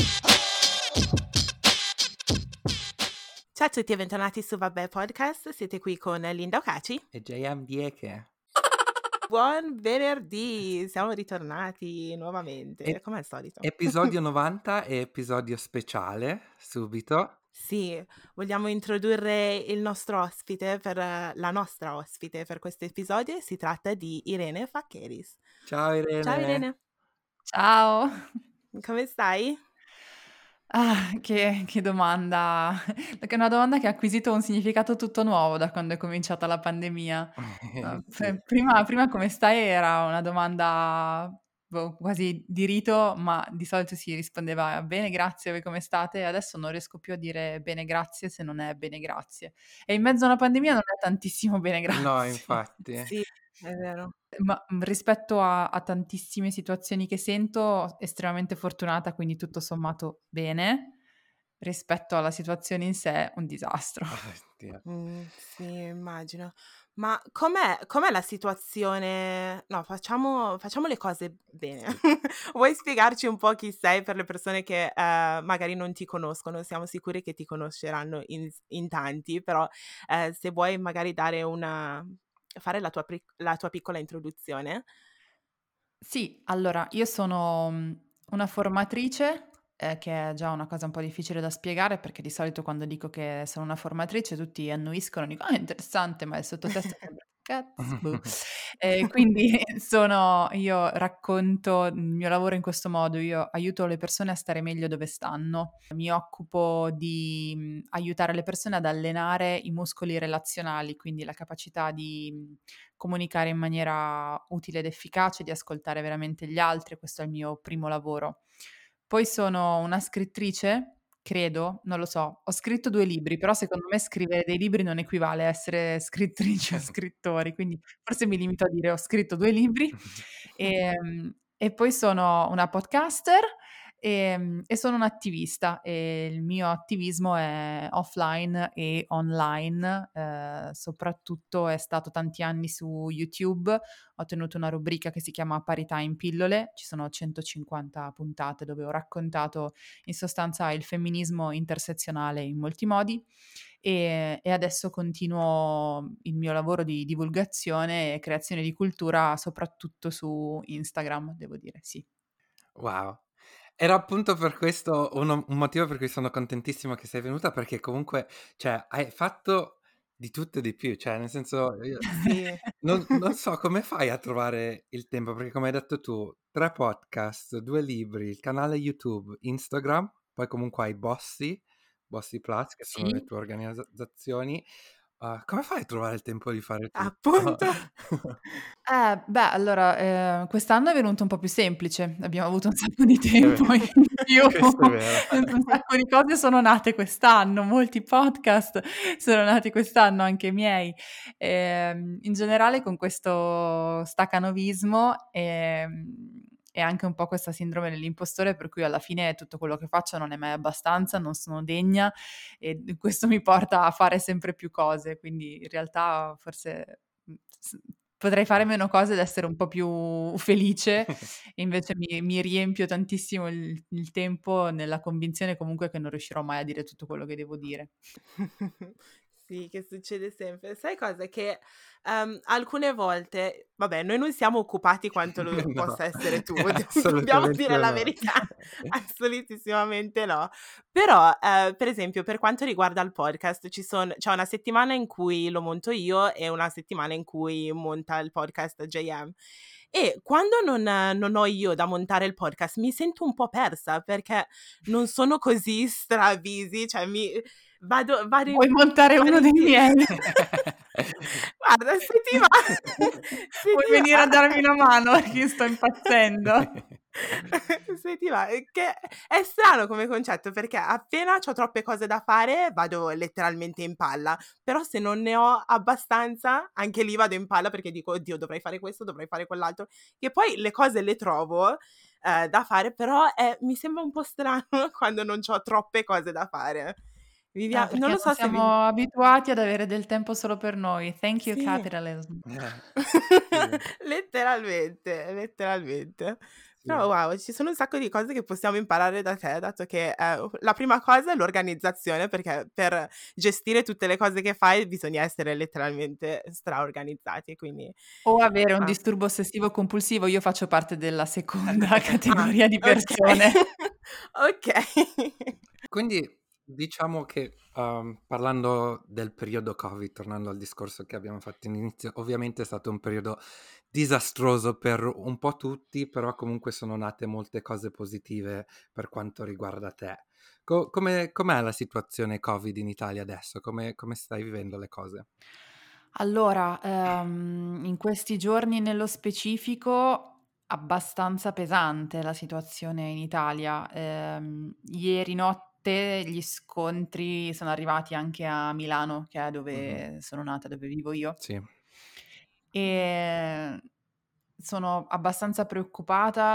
Ciao a tutti e bentornati su Vabbè Podcast, siete qui con Linda Ocaci. E JM Dieke. Buon venerdì, siamo ritornati nuovamente, come al solito. Episodio 90 e episodio speciale, subito. Sì, vogliamo introdurre il nostro ospite la nostra ospite per questo episodio, e si tratta di Irene Faccheris. Ciao Irene. Ciao Irene, Ciao. come stai? Che domanda. Perché è una domanda che ha acquisito un significato tutto nuovo da quando è cominciata la pandemia. Sì. Prima come stai era una domanda quasi di rito, ma di solito si rispondeva bene, grazie, voi come state? E adesso non riesco più a dire bene, grazie se non è bene, grazie. E in mezzo a una pandemia non è tantissimo bene, grazie. No, infatti. Sì, è vero. Ma rispetto a tantissime situazioni che sento, estremamente fortunata, quindi tutto sommato bene. Rispetto alla situazione in sé, un disastro. Oddio. Sì, immagino. Ma com'è la situazione? No, facciamo le cose bene. Vuoi spiegarci un po' chi sei per le persone che magari non ti conoscono? Siamo sicuri che ti conosceranno in tanti, però se vuoi magari fare la tua piccola introduzione. Sì, allora io sono una formatrice, che è già una cosa un po' difficile da spiegare perché di solito quando dico che sono una formatrice tutti annuiscono, dicono ah, interessante, ma il sottotesto è sempre cazzo. Boh. Quindi io racconto il mio lavoro in questo modo, io aiuto le persone a stare meglio dove stanno, mi occupo di aiutare le persone ad allenare i muscoli relazionali, quindi la capacità di comunicare in maniera utile ed efficace, di ascoltare veramente gli altri, questo è il mio primo lavoro. Poi sono una scrittrice, credo, non lo so, ho scritto 2 libri, però secondo me scrivere dei libri non equivale a essere scrittrici o scrittori, quindi forse mi limito a dire ho scritto 2 libri. E poi sono una podcaster, e sono un'attivista e il mio attivismo è offline e online, soprattutto è stato tanti anni su YouTube, ho tenuto una rubrica che si chiama Parità in pillole, ci sono 150 puntate dove ho raccontato in sostanza il femminismo intersezionale in molti modi e adesso continuo il mio lavoro di divulgazione e creazione di cultura soprattutto su Instagram, devo dire, sì. Wow. Era appunto per questo un motivo per cui sono contentissimo che sei venuta, perché comunque, cioè, hai fatto di tutto e di più, cioè, nel senso, Sì. non so come fai a trovare il tempo, perché come hai detto tu, 3 podcast, 2 libri, il canale YouTube, Instagram, poi comunque hai Bossy Plus, che sono le Sì. tue organizzazioni. Come fai a trovare il tempo di fare tutto? Appunto. Allora, quest'anno è venuto un po' più semplice, abbiamo avuto un sacco di tempo in più, Questo è vero. un sacco di cose sono nate quest'anno, molti podcast sono nati quest'anno, anche i miei. In generale con questo stacanovismo, e anche un po' questa sindrome dell'impostore per cui alla fine tutto quello che faccio non è mai abbastanza, non sono degna e questo mi porta a fare sempre più cose, quindi in realtà forse potrei fare meno cose ed essere un po' più felice e invece mi riempio tantissimo il tempo nella convinzione comunque che non riuscirò mai a dire tutto quello che devo dire. Sì, che succede sempre. Sai cosa? Che alcune volte, vabbè, noi non siamo occupati quanto lo No, possa essere tu, dobbiamo assolutamente dire la no. verità, assolutissimamente no. Però, per esempio, per quanto riguarda il podcast, c'è una settimana in cui lo monto io e una settimana in cui monta il podcast JM. E quando non ho io da montare il podcast mi sento un po' persa perché non sono così busy, cioè vado in Vuoi montare uno dei miei? Guarda, se ti va Vuoi venire a darmi una mano perché io sto impazzendo? se ti va, che è strano come concetto perché appena c'ho troppe cose da fare vado letteralmente in palla, però se non ne ho abbastanza anche lì vado in palla perché dico: "Oddio, dovrei fare questo, dovrei fare quell'altro", che poi le cose le trovo, da fare, però mi sembra un po' strano quando non c'ho troppe cose da fare. Non Perché lo non so se vi siamo abituati ad avere del tempo solo per noi. Thank you, Sì. capitalism. Sì. Letteralmente, letteralmente. Però Sì. wow, ci sono un sacco di cose che possiamo imparare da te, dato che la prima cosa è l'organizzazione, perché per gestire tutte le cose che fai bisogna essere letteralmente straorganizzati, quindi O avere un ah, disturbo ossessivo compulsivo, io faccio parte della seconda ah, categoria di okay. persone. Okay. Quindi diciamo che, parlando del periodo Covid, tornando al discorso che abbiamo fatto all'inizio, ovviamente è stato un periodo disastroso per un po' tutti, però comunque sono nate molte cose positive per quanto riguarda te. Com'è la situazione Covid in Italia adesso? Come stai vivendo le cose? Allora, in questi giorni nello specifico abbastanza pesante la situazione in Italia. Ieri notte gli scontri sono arrivati anche a Milano, che è Mh-mh. dove sono nata, dove vivo io. Sì, Ehm, sono abbastanza preoccupata,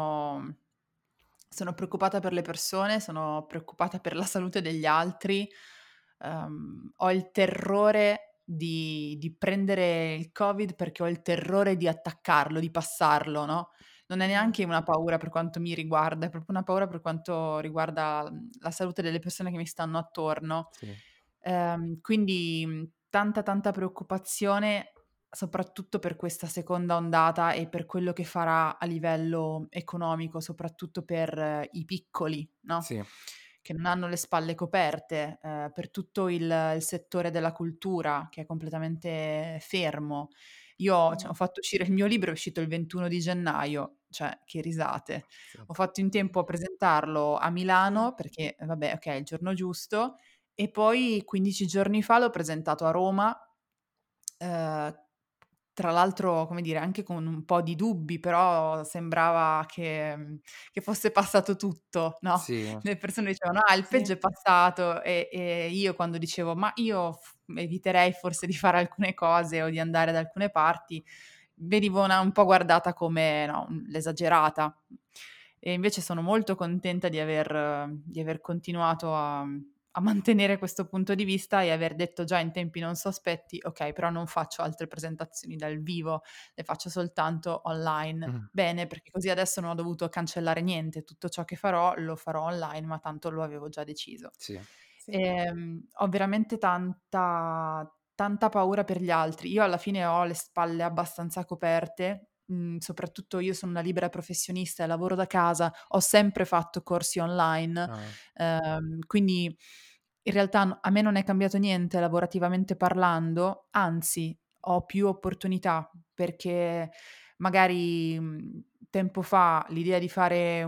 sono preoccupata per le persone, sono preoccupata per la salute degli altri. Ho il terrore di prendere il Covid perché ho il terrore di attaccarlo, di passarlo, no, non è Mh. neanche una paura per quanto mi riguarda, è proprio una paura per quanto riguarda, la salute delle persone che mi stanno attorno. sì, Quindi, tanta, tanta preoccupazione, soprattutto per questa seconda ondata e per quello che farà a livello economico, soprattutto per i piccoli, no, sì. che non hanno le spalle coperte, per tutto il settore della cultura che è completamente fermo. Io cioè, Mh. ho fatto uscire il mio libro, è uscito il 21 di gennaio, cioè che risate. Sì. Ho fatto in tempo a presentarlo a Milano perché, vabbè, okay, è il giorno giusto, e poi 15 giorni fa l'ho presentato a Roma, ehm, tra l'altro, come dire, anche con un po' di dubbi, però sembrava che fosse passato tutto, no, Sì, le persone dicevano: "Ah, il Sì. peggio è passato", e io quando dicevo: "Ma io eviterei forse di fare alcune cose o di andare da alcune parti", venivo un po' guardata come, no, l'esagerata. E invece sono molto contenta di aver continuato a mantenere questo punto di vista e aver detto già in tempi non sospetti: "Okay, però non faccio altre presentazioni dal vivo, le faccio soltanto online". mh, Bene, perché così adesso non ho dovuto cancellare niente, tutto ciò che farò lo farò online, ma tanto lo avevo già deciso. sì, Sì. Ho veramente tanta tanta paura per gli altri. Io alla fine ho le spalle abbastanza coperte, soprattutto io sono una libera professionista e lavoro da casa, ho sempre fatto corsi online, ah, quindi in realtà a me non è cambiato niente lavorativamente parlando, anzi ho più opportunità perché magari, tempo fa l'idea di fare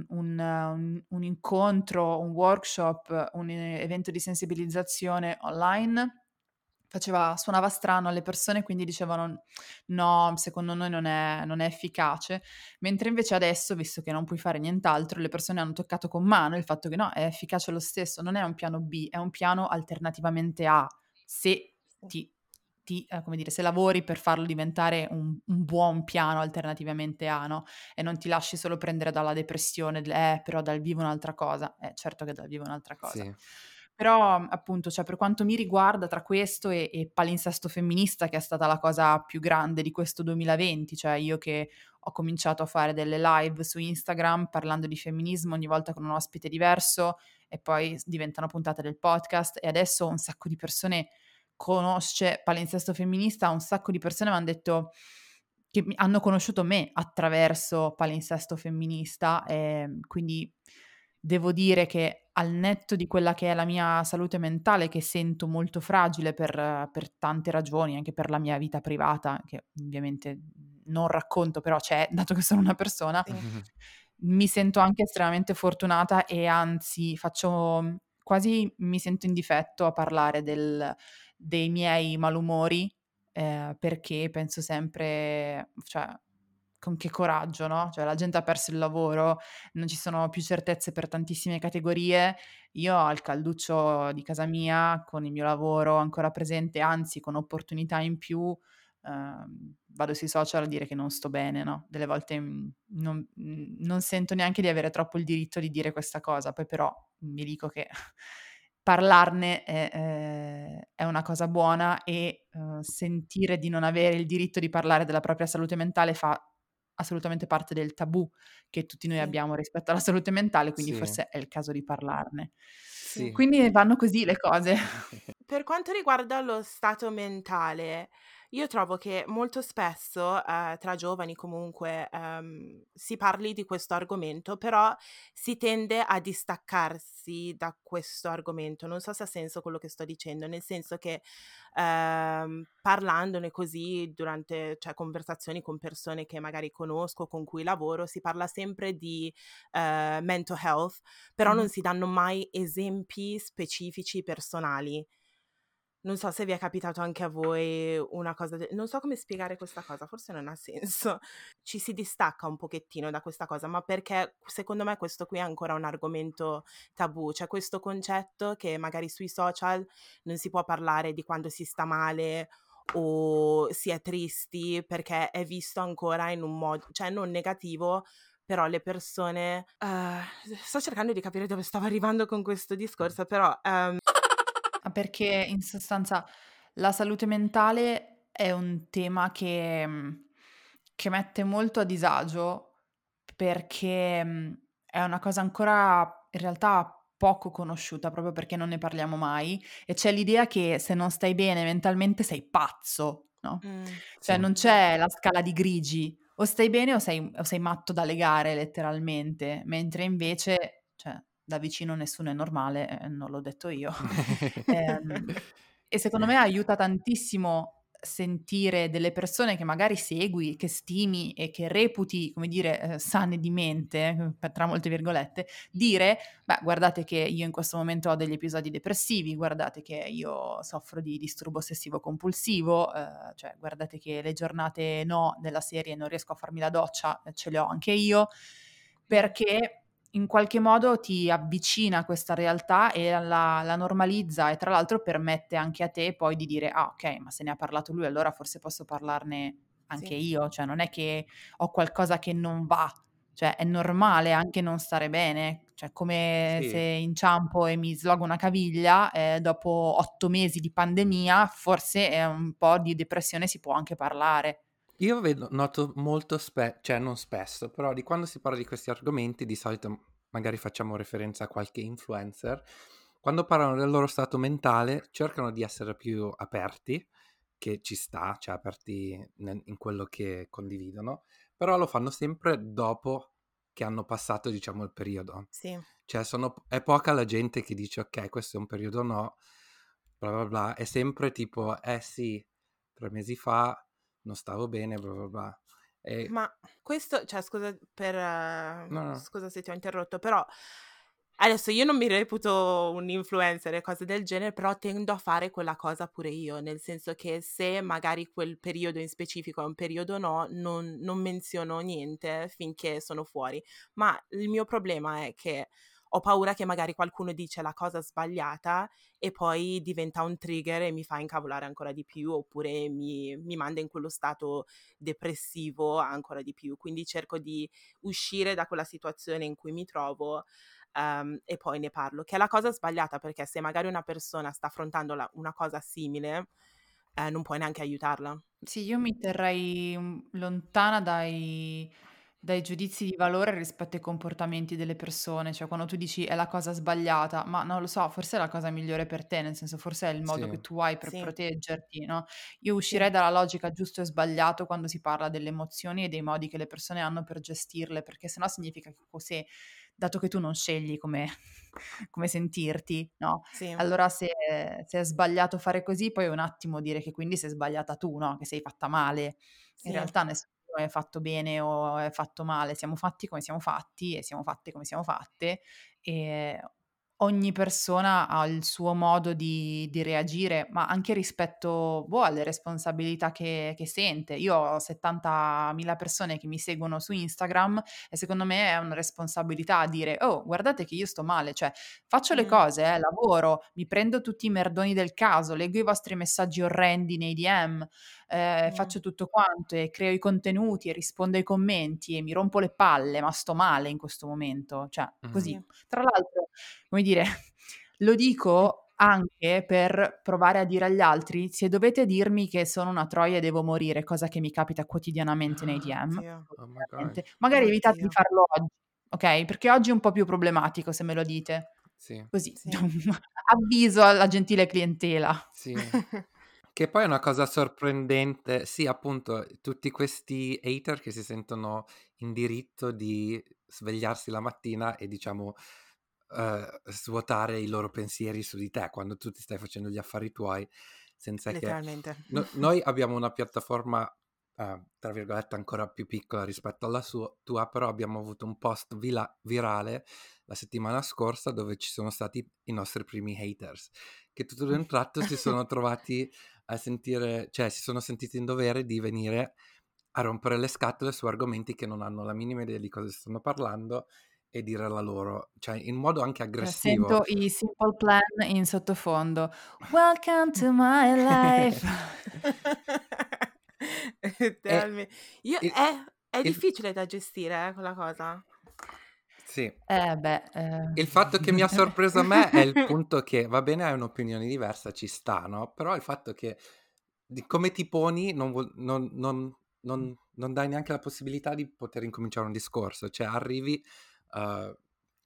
un incontro, un workshop, un evento di sensibilizzazione online suonava strano alle persone, quindi dicevano: "No, secondo noi non è efficace". Mentre invece adesso, visto che non puoi fare nient'altro, le persone hanno toccato con mano il fatto che no, è efficace lo stesso, non è un piano B, è un piano alternativamente A. Se Sì. come dire, se lavori per farlo diventare un buon piano alternativamente A, no, e non ti lasci solo prendere dalla depressione però dal vivo è un'altra cosa. Certo che dal vivo è un'altra cosa. sì, Però, appunto, cioè per quanto mi riguarda tra questo e palinsesto femminista, che è stata la cosa più grande di questo 2020, cioè io che ho cominciato a fare delle live su Instagram parlando di femminismo ogni volta con un ospite diverso e poi diventano puntate del podcast e adesso un sacco di persone conosce palinsesto femminista, un sacco di persone m'han detto che hanno conosciuto me attraverso palinsesto femminista, quindi devo dire che al netto di quella che è la mia salute mentale, che sento molto fragile per tante ragioni, anche per la mia vita privata, che ovviamente non racconto, però c'è, dato che sono una persona, Sì. mi sento anche estremamente fortunata e anzi faccio quasi mi sento in difetto a parlare dei miei malumori, perché penso sempre cioè, con che coraggio, no, cioè la gente ha perso il lavoro, non ci sono più certezze per tantissime categorie. Io al calduccio di casa mia, con il mio lavoro ancora presente, anzi con opportunità in più, vado sui social a dire che non sto bene, no, delle volte, non sento neanche di avere troppo il diritto di dire questa cosa, poi però mi dico che parlarne è una cosa buona e, sentire di non avere il diritto di parlare della propria salute mentale fa assolutamente parte del tabù che tutti noi Sì, abbiamo rispetto alla salute mentale, quindi Sì, forse è il caso di parlarne. sì. sì. Quindi vanno così le cose. Per quanto riguarda lo stato mentale, io trovo che molto spesso, tra giovani comunque, si parli di questo argomento, però si tende a distaccarsi da questo argomento. Non so se ha senso quello che sto dicendo, nel senso che, parlandone così durante, cioè, conversazioni con persone che magari conosco, con cui lavoro, si parla sempre di, mental health, però non Mh-mh. si danno mai esempi specifici personali. Non so se vi è capitato anche a voi una cosa non so come spiegare questa cosa, forse non ha senso. Ci si distacca un pochettino da questa cosa, ma perché secondo me questo qui è ancora un argomento tabù. C'è questo concetto che magari sui social non si può parlare di quando si sta male o si è tristi, perché è visto ancora in un modo, cioè non negativo, però le persone sto cercando di capire dove stavo arrivando con questo discorso, però, Perché in sostanza la salute mentale è un tema che mette molto a disagio perché, è una cosa ancora in realtà poco conosciuta, proprio perché non ne parliamo mai e c'è l'idea che se non stai bene mentalmente sei pazzo, no, cioè Sì. non sì, c'è la scala di grigi, o stai bene o sei matto da legare letteralmente, mentre invece, cioè da vicino nessuno è normale, non l'ho detto io. Ehm, e secondo me Sì. aiuta tantissimo sentire delle persone che magari segui, che stimi e che reputi, come dire, "sane di mente", per tra molte virgolette, dire: "Beh, guardate che io in questo momento ho degli episodi depressivi, guardate che io soffro di disturbo ossessivo compulsivo, cioè guardate che le giornate no della serie non riesco a farmi la doccia, ce le ho anche io", perché in qualche modo ti avvicina a questa realtà e la normalizza e tra l'altro permette anche a te poi di dire: "Ah okay, ma se ne ha parlato lui allora forse posso parlarne anche sì, io", cioè non è che ho qualcosa che non va, cioè è normale anche non stare bene, cioè come se Sì. inciampo e mi slogo una caviglia, dopo 8 mesi di pandemia forse, un po' di depressione si può anche parlare. Io vedo noto molto cioè non spesso, però di quando si parla di questi argomenti, di solito magari facciamo referenza a qualche influencer, quando parlano del loro stato mentale cercano di essere più aperti, che ci sta, cioè aperti in quello che condividono, però lo fanno sempre dopo che hanno passato, diciamo, il periodo. sì. Cioè è poca la gente che dice ok, questo è un periodo no, bla bla bla, è sempre tipo, eh sì, 3 mesi fa non stavo bene, bla bla bla. E Ma questo, cioè, scusa per no, no, scusa se ti ho interrotto, però adesso io non mi reputo un influencer e cose del genere, però tendo a fare quella cosa pure io, nel senso che se magari quel periodo in specifico è un periodo no, non menziono niente finché sono fuori. Ma il mio problema è che ho paura che magari qualcuno dice la cosa sbagliata e poi diventa un trigger e mi fa incavolare ancora di più, oppure mi manda in quello stato depressivo ancora di più. Quindi cerco di uscire da quella situazione in cui mi trovo, e poi ne parlo, che è la cosa sbagliata, perché se magari una persona sta affrontando una cosa simile, non puoi neanche aiutarla. Sì, io mi terrei, lontana dai giudizi di valore rispetto ai comportamenti delle persone, cioè quando tu dici: "È la cosa sbagliata", ma non lo so, forse è la cosa migliore per te, nel senso forse è il modo sì, che tu hai per Sì, proteggerti, no, io sì, uscirei dalla logica giusto e sbagliato quando si parla delle emozioni e dei modi che le persone hanno per gestirle, perché se no significa che se dato che tu non scegli come come sentirti, no, sì, allora se è sbagliato fare così, poi è un attimo dire che quindi sei sbagliata tu, no, che sei fatta male. In sì, realtà nessuno è fatto bene o è fatto male, siamo fatti come siamo fatti e siamo fatte come siamo fatte, e ogni persona ha il suo modo di reagire, ma anche rispetto, boh, alle responsabilità che sente. Io ho 70.000 persone che mi seguono su Instagram e secondo me è una responsabilità dire: "Oh, guardate che io sto male", cioè faccio le mh, cose, lavoro, mi prendo tutti i merdoni del caso, leggo i vostri messaggi orrendi nei DM, mh, faccio tutto quanto e creo i contenuti e rispondo ai commenti e mi rompo le palle, ma sto male in questo momento, cioè mhm, sì, così. Tra l'altro, come dire, lo dico anche per provare a dire agli altri: "Se dovete dirmi che sono una troia e devo morire", cosa che mi capita quotidianamente nei DM, Oddio. Oh my god. magari evitate di Oddio. farlo oggi, okay, perché oggi è un po' più problematico se me lo dite. Sì, Così, Sì. avviso alla gentile clientela. sì. Che poi è una cosa sorprendente, sì, appunto, tutti questi hater che si sentono in diritto di svegliarsi la mattina e diciamo svuotare i loro pensieri su di te quando tu ti stai facendo gli affari tuoi, senza che Letteralmente. noi abbiamo una piattaforma tra virgolette ancora più piccola rispetto alla tua, però abbiamo avuto un post virale la settimana scorsa dove ci sono stati i nostri primi haters che tutto d'un tratto si sono trovati a sentire, cioè si sono sentiti in dovere di venire a rompere le scatole su argomenti che non hanno la minima idea di cosa stanno parlando e dire la loro, cioè in modo anche aggressivo. Sento i Simple Plan in sottofondo. Welcome to my life. E Io il, è il- difficile da gestire, quella cosa. sì, Beh, il fatto che mi ha sorpreso a me è il punto che va bene, hai un'opinione diversa, ci sta, no? Però il fatto che di come ti poni non dai neanche la possibilità di poter incominciare un discorso, cioè arrivi eh,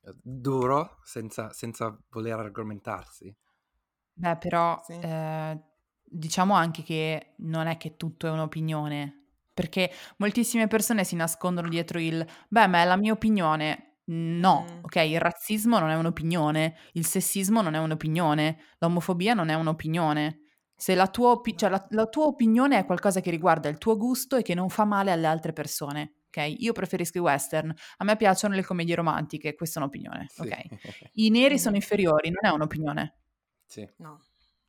duro senza voler argomentarsi. Beh, però, Sì. diciamo anche che non è che tutto è un'opinione, perché moltissime persone si nascondono dietro il: "Beh, ma è la mia opinione". No, Mm. okay, il razzismo non è un'opinione, il sessismo non è un'opinione, l'omofobia non è un'opinione. Se la tua cioè No. la tua opinione è qualcosa che riguarda il tuo gusto e che non fa male alle altre persone, okay? Io preferisco i western, a me piacciono le commedie romantiche, questa è un'opinione, Sì, okay? I neri sono Mhm. inferiori, non è un'opinione. sì, No.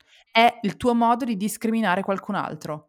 È il tuo modo di discriminare qualcun altro.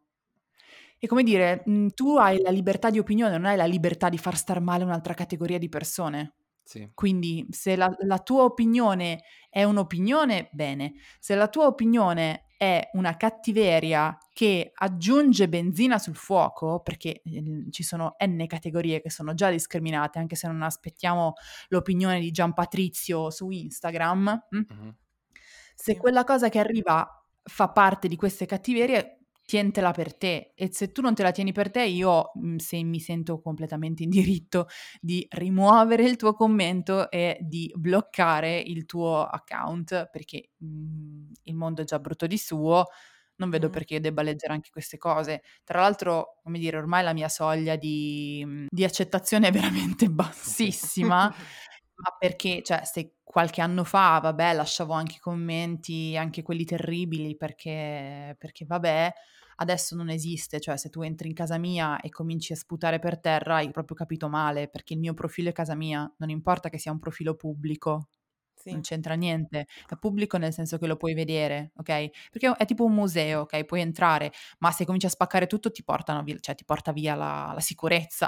E come dire, tu hai la libertà di opinione, non hai la libertà di far star male un'altra categoria di persone. sì. Quindi se la tua opinione è un'opinione, bene. Se la tua opinione è una cattiveria che aggiunge benzina sul fuoco, perché, ci sono N categorie che sono già discriminate, anche se non aspettiamo l'opinione di Gian Patrizio su Instagram, Mhm. se Sì. quella cosa che arriva fa parte di queste cattiverie, tientela per te e se tu non te la tieni per te io, se mi sento completamente in diritto di rimuovere il tuo commento e di bloccare il tuo account perché, il mondo è già brutto di suo, non vedo Mhm. perché io debba leggere anche queste cose. Tra l'altro, come dire, ormai la mia soglia di accettazione è veramente bassissima, ma perché, cioè, se qualche anno fa, vabbè, lasciavo anche i commenti, anche quelli terribili, perché vabbè, adesso non esiste. Cioè, se tu entri in casa mia e cominci a sputare per terra, hai proprio capito male, perché il mio profilo è casa mia, non importa che sia un profilo pubblico. Non Sì. c'entra niente. È pubblico nel senso che lo puoi vedere, okay, perché è tipo un museo, okay, puoi entrare, ma se cominci a spaccare tutto ti portano vi cioè ti porta via la sicurezza.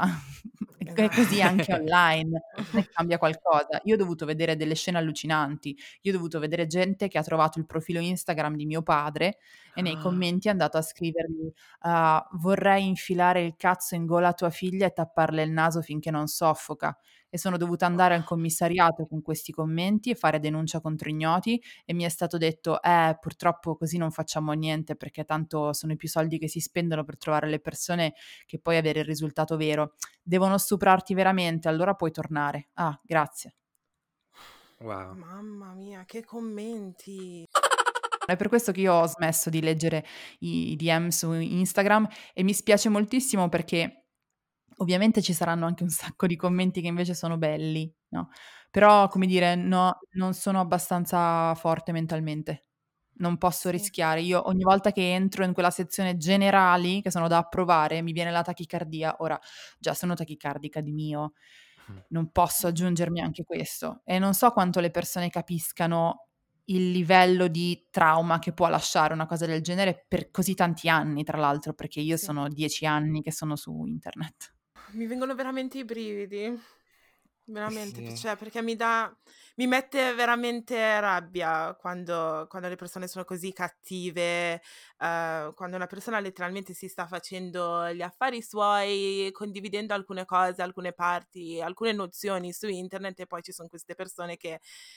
È così Esatto. anche online, non è che cambia qualcosa. Io ho dovuto vedere delle scene allucinanti. Io ho dovuto vedere gente che ha trovato il profilo Instagram di mio padre e nei commenti è andato a scrivergli, "Vorrei infilare il cazzo in gola a tua figlia e tapparle il naso finché non soffoca." E sono dovuta andare al commissariato con questi commenti e fare denuncia contro ignoti e mi è stato detto: purtroppo così non facciamo niente perché tanto sono i più soldi che si spendono per trovare le persone che poi avere il risultato vero. Devono stuprarti veramente, allora puoi tornare." Ah, grazie. Wow. Mamma mia, che commenti. È per questo che io ho smesso di leggere i DM su Instagram e mi spiace moltissimo perché ovviamente ci saranno anche un sacco di commenti che invece sono belli, no, però come Sì. dire, no, non sono abbastanza forte mentalmente. Non posso Sì. rischiare. Io ogni volta che entro in quella sezione generali, che sono da approvare, mi viene la tachicardia. Ora, già sono tachicardica di mio, non posso Mhm. aggiungermi anche questo e non so quanto le persone capiscano il livello di trauma che può lasciare una cosa del genere per così tanti anni, tra l'altro, perché io Sì. sono 10 anni che sono su internet. Mi vengono veramente i brividi. veramente, Sì. cioè, perché mi mette veramente rabbia quando le persone sono così cattive, quando una persona letteralmente si sta facendo gli affari suoi, condividendo alcune cose, alcune parti, alcune nozioni su internet e poi ci sono queste persone che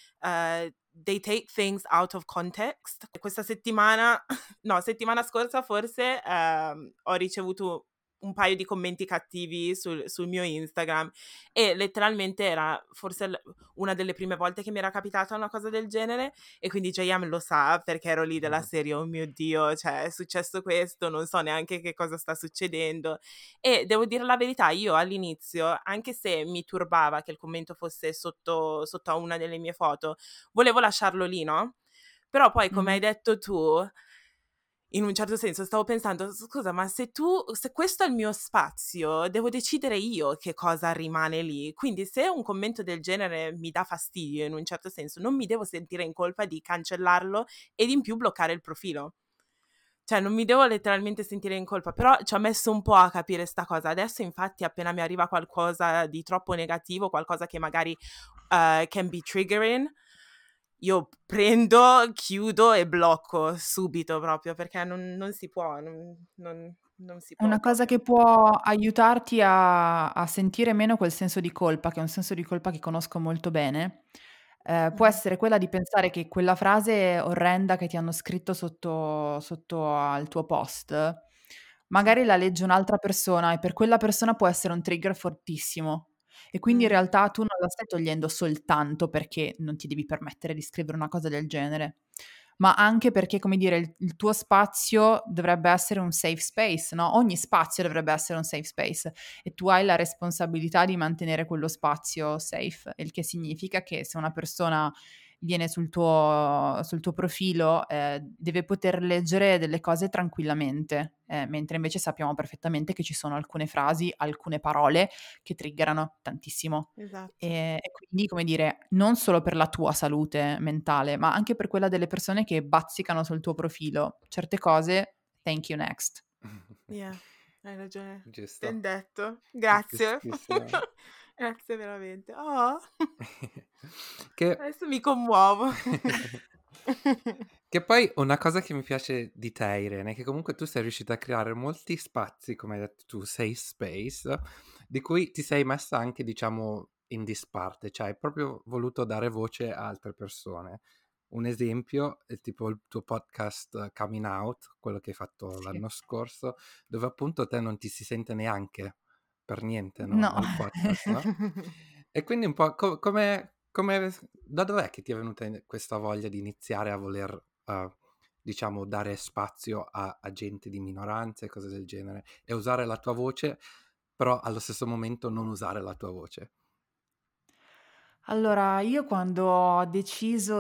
they take things out of context. Questa settimana, no, settimana scorsa forse ho ricevuto un paio di commenti cattivi sul mio Instagram e letteralmente era forse una delle prime volte che mi era capitata una cosa del genere e quindi JM lo sa perché ero lì della serie, oh mio Dio, cioè è successo questo, non so neanche che cosa sta succedendo e devo dire la verità, io all'inizio, anche se mi turbava che il commento fosse sotto a una delle mie foto, volevo lasciarlo lì, no? Però poi, come hai detto tu, in un certo senso stavo pensando, scusa, ma se questo è il mio spazio, devo decidere io che cosa rimane lì. Quindi se un commento del genere mi dà fastidio in un certo senso, non mi devo sentire in colpa di cancellarlo ed in più bloccare il profilo. Cioè, non mi devo letteralmente sentire in colpa, però ci ho messo un po' a capire sta cosa. Adesso, infatti, appena mi arriva qualcosa di troppo negativo, qualcosa che magari can be triggering, io prendo, chiudo e blocco subito proprio, perché non si può, non si può Una cosa proprio. che può aiutarti a sentire meno quel senso di colpa, che è un senso di colpa che conosco molto bene, può Mhm. essere quella di pensare che quella frase orrenda che ti hanno scritto sotto al tuo post, Sì. magari la legge un'altra persona e per quella persona può essere un trigger fortissimo. E quindi in Mm, realtà tu non la stai togliendo soltanto perché non ti devi permettere di scrivere una cosa del genere, ma anche perché, come dire, il tuo spazio dovrebbe essere un safe space, no? Ogni spazio dovrebbe essere un safe space e tu hai la responsabilità di mantenere quello spazio safe, il che significa che se una persona viene sul tuo profilo, deve poter leggere delle cose tranquillamente, mentre invece sappiamo perfettamente che ci sono alcune frasi, alcune parole che triggerano tantissimo. esatto. E quindi, come dire, non solo per la tua salute mentale, ma anche per quella delle persone che bazzicano sul tuo profilo. Certe cose, thank you next. Yeah, hai ragione. Ben Giusto, detto. Grazie. giustissimo. Grazie veramente. Oh, Che adesso mi commuovo. Che poi una cosa che mi piace di te, Irene, è che comunque tu sei riuscita a creare molti spazi, come hai detto tu, safe space, di cui ti sei messa anche, diciamo, in disparte, cioè hai proprio voluto dare voce a altre persone. Un esempio è tipo il tuo podcast Coming Out, quello che hai fatto Sì. l'anno scorso, dove appunto te non ti si sente neanche per niente, no? No. Nel podcast, no? E quindi un po' da dov'è che ti è venuta questa voglia di iniziare a voler, diciamo, dare spazio a gente di minoranze e cose del genere e usare la tua voce, però allo stesso momento non usare la tua voce? Allora, io quando ho deciso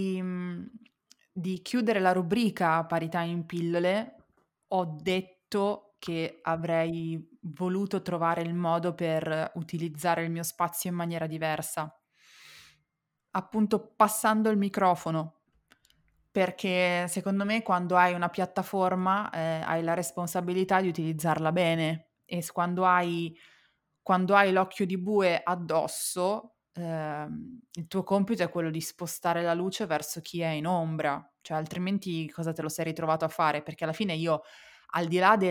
di chiudere la rubrica Parità in pillole, ho detto che avrei voluto trovare il modo per utilizzare il mio spazio in maniera diversa, appunto passando il microfono, perché secondo me quando hai una piattaforma, hai la responsabilità di utilizzarla bene e quando hai l'occhio di bue addosso, il tuo compito è quello di spostare la luce verso chi è in ombra, cioè altrimenti cosa te lo sei ritrovato a fare? Perché alla fine io, al di là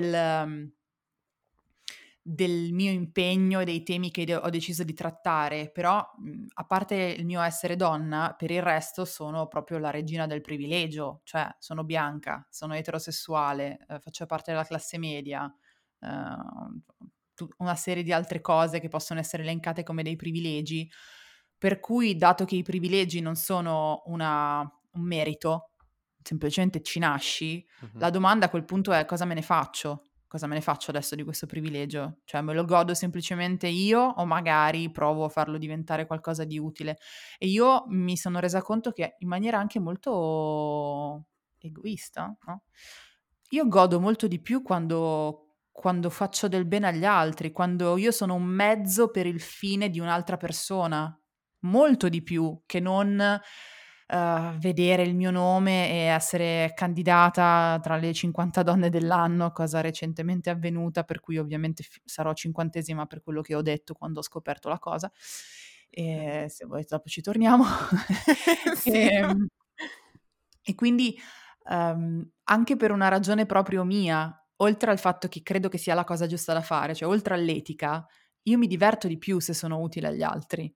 del mio impegno e dei temi che ho deciso di trattare, però, a parte il mio essere donna, per il resto sono proprio la regina del privilegio, cioè sono bianca, sono eterosessuale, faccio parte della classe media, ehm, una serie di altre cose che possono essere elencate come dei privilegi, per cui dato che i privilegi non sono un merito, semplicemente ci nasci, Mhm. la domanda a quel punto è: cosa me ne faccio? Cosa me ne faccio adesso di questo privilegio? Cioè me lo godo semplicemente io o magari provo a farlo diventare qualcosa di utile? E io mi sono resa conto che in maniera anche molto egoista, no? Io godo molto di più quando faccio del bene agli altri, quando io sono un mezzo per il fine di un'altra persona, molto di più che non vedere il mio nome e essere candidata tra le 50 donne dell'anno, cosa recentemente avvenuta, per cui ovviamente sarò 50esima per quello che ho detto quando ho scoperto la cosa. e se vuoi dopo ci torniamo. Sì. E quindi anche per una ragione proprio mia, oltre al fatto che credo che sia la cosa giusta da fare, cioè oltre all'etica, io mi diverto di più se sono utile agli altri.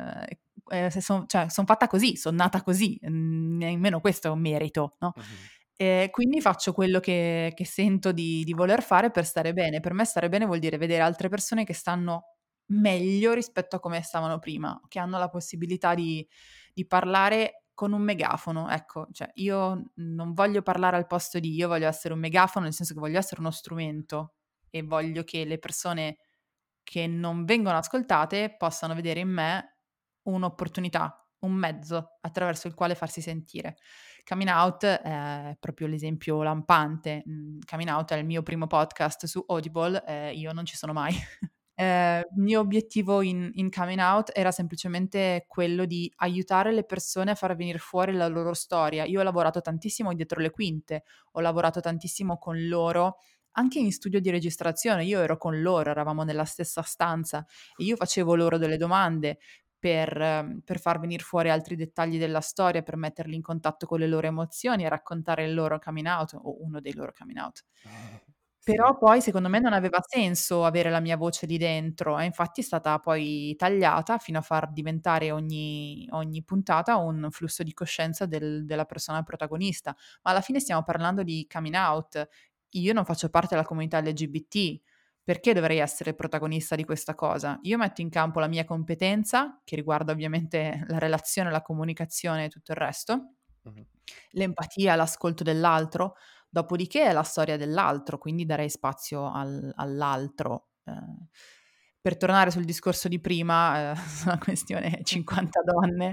Se son fatta così, son nata così, nemmeno questo è un merito, no? Quindi faccio quello che sento di voler fare per stare bene. Per me stare bene vuol dire vedere altre persone che stanno meglio rispetto a come stavano prima, che hanno la possibilità di parlare con un megafono. Ecco, cioè io non voglio parlare al posto di, io voglio essere un megafono, nel senso che voglio essere uno strumento e voglio che le persone che non vengono ascoltate possano vedere in me un'opportunità, un mezzo attraverso il quale farsi sentire. Coming Out è proprio l'esempio lampante. Coming Out è il mio primo podcast su Audible, io non ci sono mai. Il mio obiettivo in Coming Out era semplicemente quello di aiutare le persone a far venire fuori la loro storia. Io ho lavorato tantissimo dietro le quinte, ho lavorato tantissimo con loro, anche in studio di registrazione. Io ero con loro, eravamo nella stessa stanza e io facevo loro delle domande per far venire fuori altri dettagli della storia, per metterli in contatto con le loro emozioni e raccontare il loro coming out o uno dei loro coming out. Però poi secondo me non aveva senso avere la mia voce lì dentro e infatti è stata poi tagliata fino a far diventare ogni puntata un flusso di coscienza della persona protagonista. Ma alla fine stiamo parlando di coming out. Io non faccio parte della comunità LGBT, perché dovrei essere protagonista di questa cosa? Io metto in campo la mia competenza, che riguarda ovviamente la relazione, la comunicazione e tutto il resto, l'empatia, l'ascolto dell'altro, dopodiché è la storia dell'altro, quindi darei spazio all'altro. Per tornare sul discorso di prima, sulla questione 50 donne,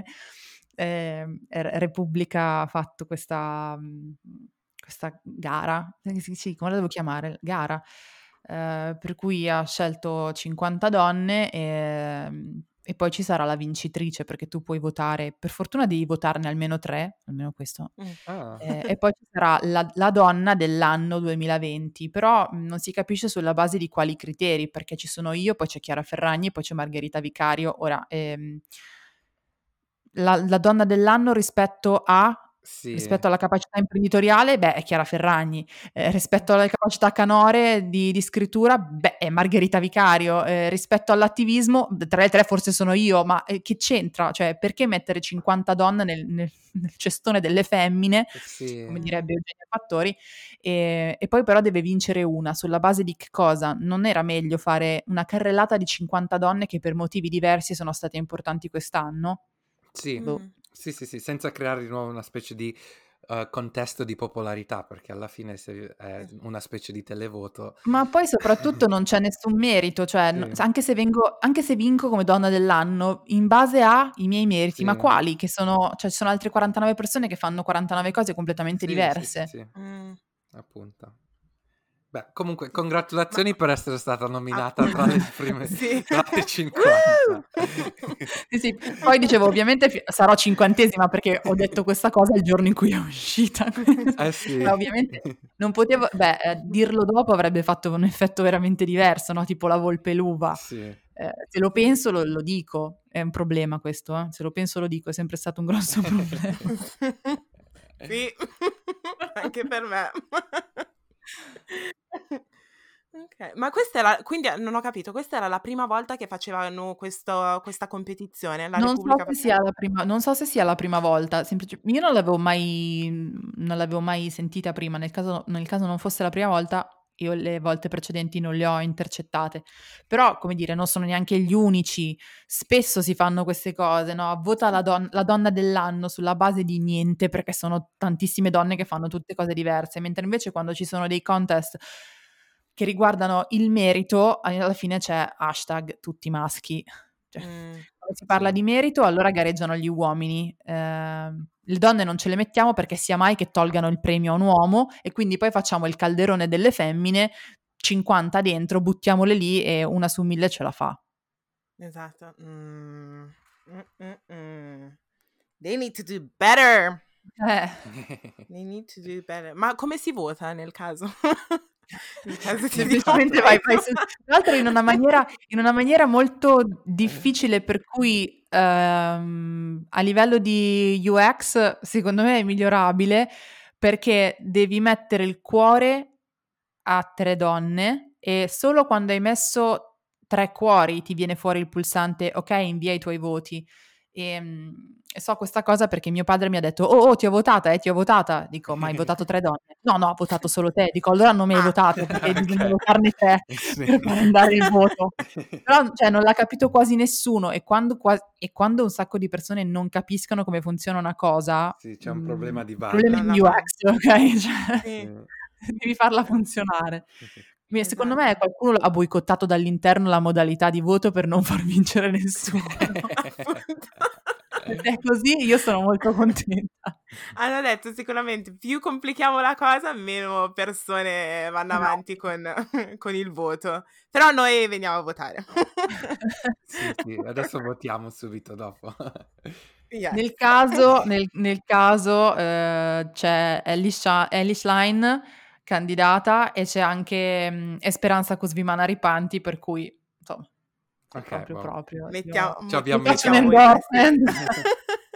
Repubblica ha fatto questa gara, sì, come la devo chiamare? Gara, per cui ha scelto 50 donne e poi ci sarà la vincitrice, perché tu puoi votare, per fortuna devi votarne almeno 3, almeno questo, e poi ci sarà la donna dell'anno 2020, però non si capisce sulla base di quali criteri, perché ci sono io, poi c'è Chiara Ferragni, poi c'è Margherita Vicario. Ora, la donna dell'anno rispetto alla capacità imprenditoriale, beh, è Chiara Ferragni. Rispetto alle capacità canore di scrittura, beh, è Margherita Vicario. Rispetto all'attivismo, tra le tre forse sono io, ma che c'entra? Cioè, perché mettere 50 donne nel cestone delle femmine, come direbbe Eugenia Fattori, e poi però deve vincere una, sulla base di che cosa? Non era meglio fare una carrellata di 50 donne che per motivi diversi sono state importanti quest'anno? Sì, sì, senza creare di nuovo una specie di contesto di popolarità, perché alla fine è una specie di televoto. Ma poi soprattutto non c'è nessun merito, cioè anche se vinco come donna dell'anno, in base ai miei meriti, ma quali? Che sono, cioè ci sono altre 49 persone che fanno 49 cose completamente diverse. Sì. Appunto. Beh, comunque, congratulazioni per essere stata nominata tra le prime tra le 50. Sì, poi dicevo, ovviamente sarò 50esima perché ho detto questa cosa il giorno in cui è uscita. Sì. Ma ovviamente non potevo, dirlo dopo avrebbe fatto un effetto veramente diverso, no? Tipo la volpe e l'uva. Sì. Se lo penso lo dico, è un problema questo, eh? Se lo penso lo dico, è sempre stato un grosso problema. Sì, anche per me. Ok, ma questa era, quindi non ho capito, questa era la prima volta che facevano questa competizione, la Repubblica Non so se sia la prima volta, io non l'avevo mai sentita prima, nel caso non fosse la prima volta, io le volte precedenti non le ho intercettate, però come dire, non sono neanche gli unici, spesso si fanno queste cose, no? Vota la donna dell'anno sulla base di niente, perché sono tantissime donne che fanno tutte cose diverse, mentre invece quando ci sono dei contest che riguardano il merito, alla fine c'è hashtag tutti maschi. Cioè, quando si parla di merito, allora gareggiano gli uomini. Le donne non ce le mettiamo perché sia mai che tolgano il premio a un uomo e quindi poi facciamo il calderone delle femmine, 50 dentro, buttiamole lì e una su 1000 ce la fa. Esatto. They need to do better. They need to do better. Ma come si vota nel caso? In caso ti Semplicemente dica vai su, tra l'altro in una maniera molto difficile, per cui a livello di UX secondo me è migliorabile, perché devi mettere il cuore a 3 donne e solo quando hai messo 3 cuori ti viene fuori il pulsante "Ok, invia i tuoi voti". E so questa cosa perché mio padre mi ha detto: "Oh, ti ho votata, ti ho votata". Dico: "Ma hai votato 3 donne?" "No, no, ho votato solo te". Dico: "Allora non mi hai Ah, votato perché bisogna Ok. votarne 3 Sì. per far andare il voto". Però, cioè, non l'ha capito quasi nessuno e quando un sacco di persone non capiscono come funziona una cosa, Sì, c'è un problema di base. problemi non la di fanno. UX, okay, cioè Sì, devi farla funzionare. Secondo me esatto. qualcuno ha boicottato dall'interno la modalità di voto per non far vincere nessuno. Appunto. Se è così io sono molto contenta. Hanno detto sicuramente più complichiamo la cosa, meno persone vanno avanti Esatto. con il voto. Però noi veniamo a votare. Sì, sì, adesso votiamo subito dopo. Yes. Nel caso, c'è Elish Line candidata e c'è anche, Esperanza Cosvimana Ripanti, per cui insomma, se Ok, proprio, boh. proprio io Mettiamo, Ci vi abbiamo faccio un mettiamo messo. voi questi. endorsement.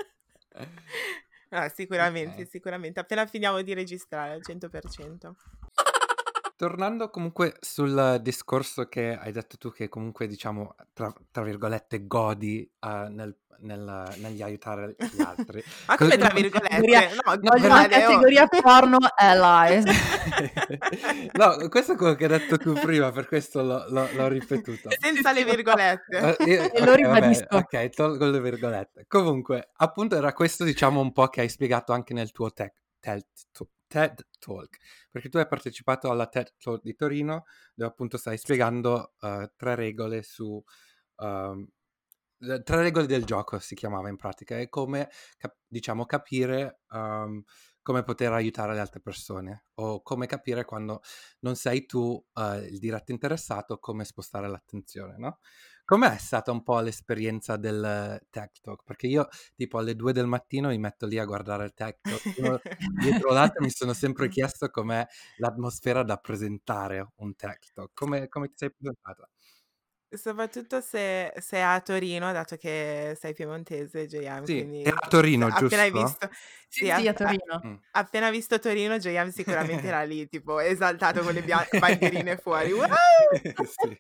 Ah, sicuramente, Ok. sicuramente. Appena finiamo di registrare al 100%. Tornando comunque sul discorso che hai detto tu, che comunque diciamo, tra virgolette, godi negli aiutare gli altri. Ma come tra Categoria virgolette? No, No, voglio una godere, oh. categoria porno allies. No, questo è quello che hai detto tu prima, per questo l'ho ripetuto. Sì, Senza sì, le lo so. virgolette. E lo Ok, vabbè, ribadisco. ok, tolgo le virgolette. Comunque, appunto era questo, diciamo, un po' che hai spiegato anche nel tuo TED Talk, perché tu hai partecipato alla TED Talk di Torino, dove appunto stai spiegando 3 regole su... ehm, 3 regole del gioco si chiamava in pratica, e come, diciamo, capire come poter aiutare le altre persone, o come capire quando non sei tu il diretto interessato, come spostare l'attenzione, no? Com'è stata un po' l'esperienza del Tech Talk? Perché io tipo alle 2 del mattino mi metto lì a guardare il Tech Talk, uno dietro l'altro, mi sono sempre chiesto com'è l'atmosfera da presentare un Tech Talk. Come ti sei presentata? Soprattutto se sei a Torino, dato che sei piemontese, JM, Sì, quindi era a Torino, appena hai giusto? visto, Sì, sì, sì, a Torino. appena visto Torino, JM sicuramente era lì, tipo esaltato con le bandierine fuori. Wow! Sì.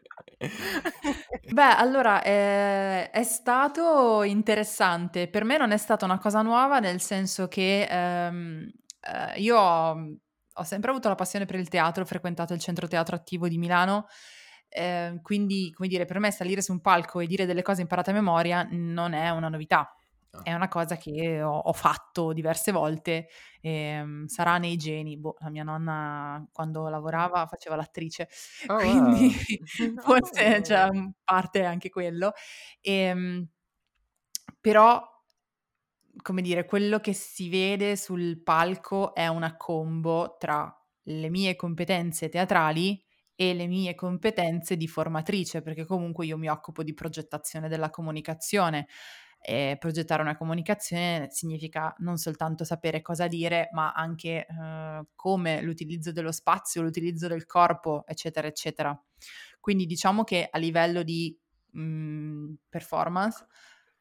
Beh, allora, è stato interessante. Per me non è stata una cosa nuova, nel senso che, io ho sempre avuto la passione per il teatro, ho frequentato il Centro Teatro Attivo di Milano, quindi, come dire, per me salire su un palco e dire delle cose imparate a memoria non è una novità. Ah. È una cosa che ho fatto diverse volte, sarà nei geni. Boh, la mia nonna quando lavorava faceva l'attrice, Oh, quindi wow. forse c'è in parte anche quello. Ehm, Però, come dire, quello che si vede sul palco è una combo tra le mie competenze teatrali e le mie competenze di formatrice, perché comunque io mi occupo di progettazione della comunicazione. E progettare una comunicazione significa non soltanto sapere cosa dire, ma anche come l'utilizzo dello spazio, l'utilizzo del corpo, eccetera, eccetera. Quindi diciamo che a livello di performance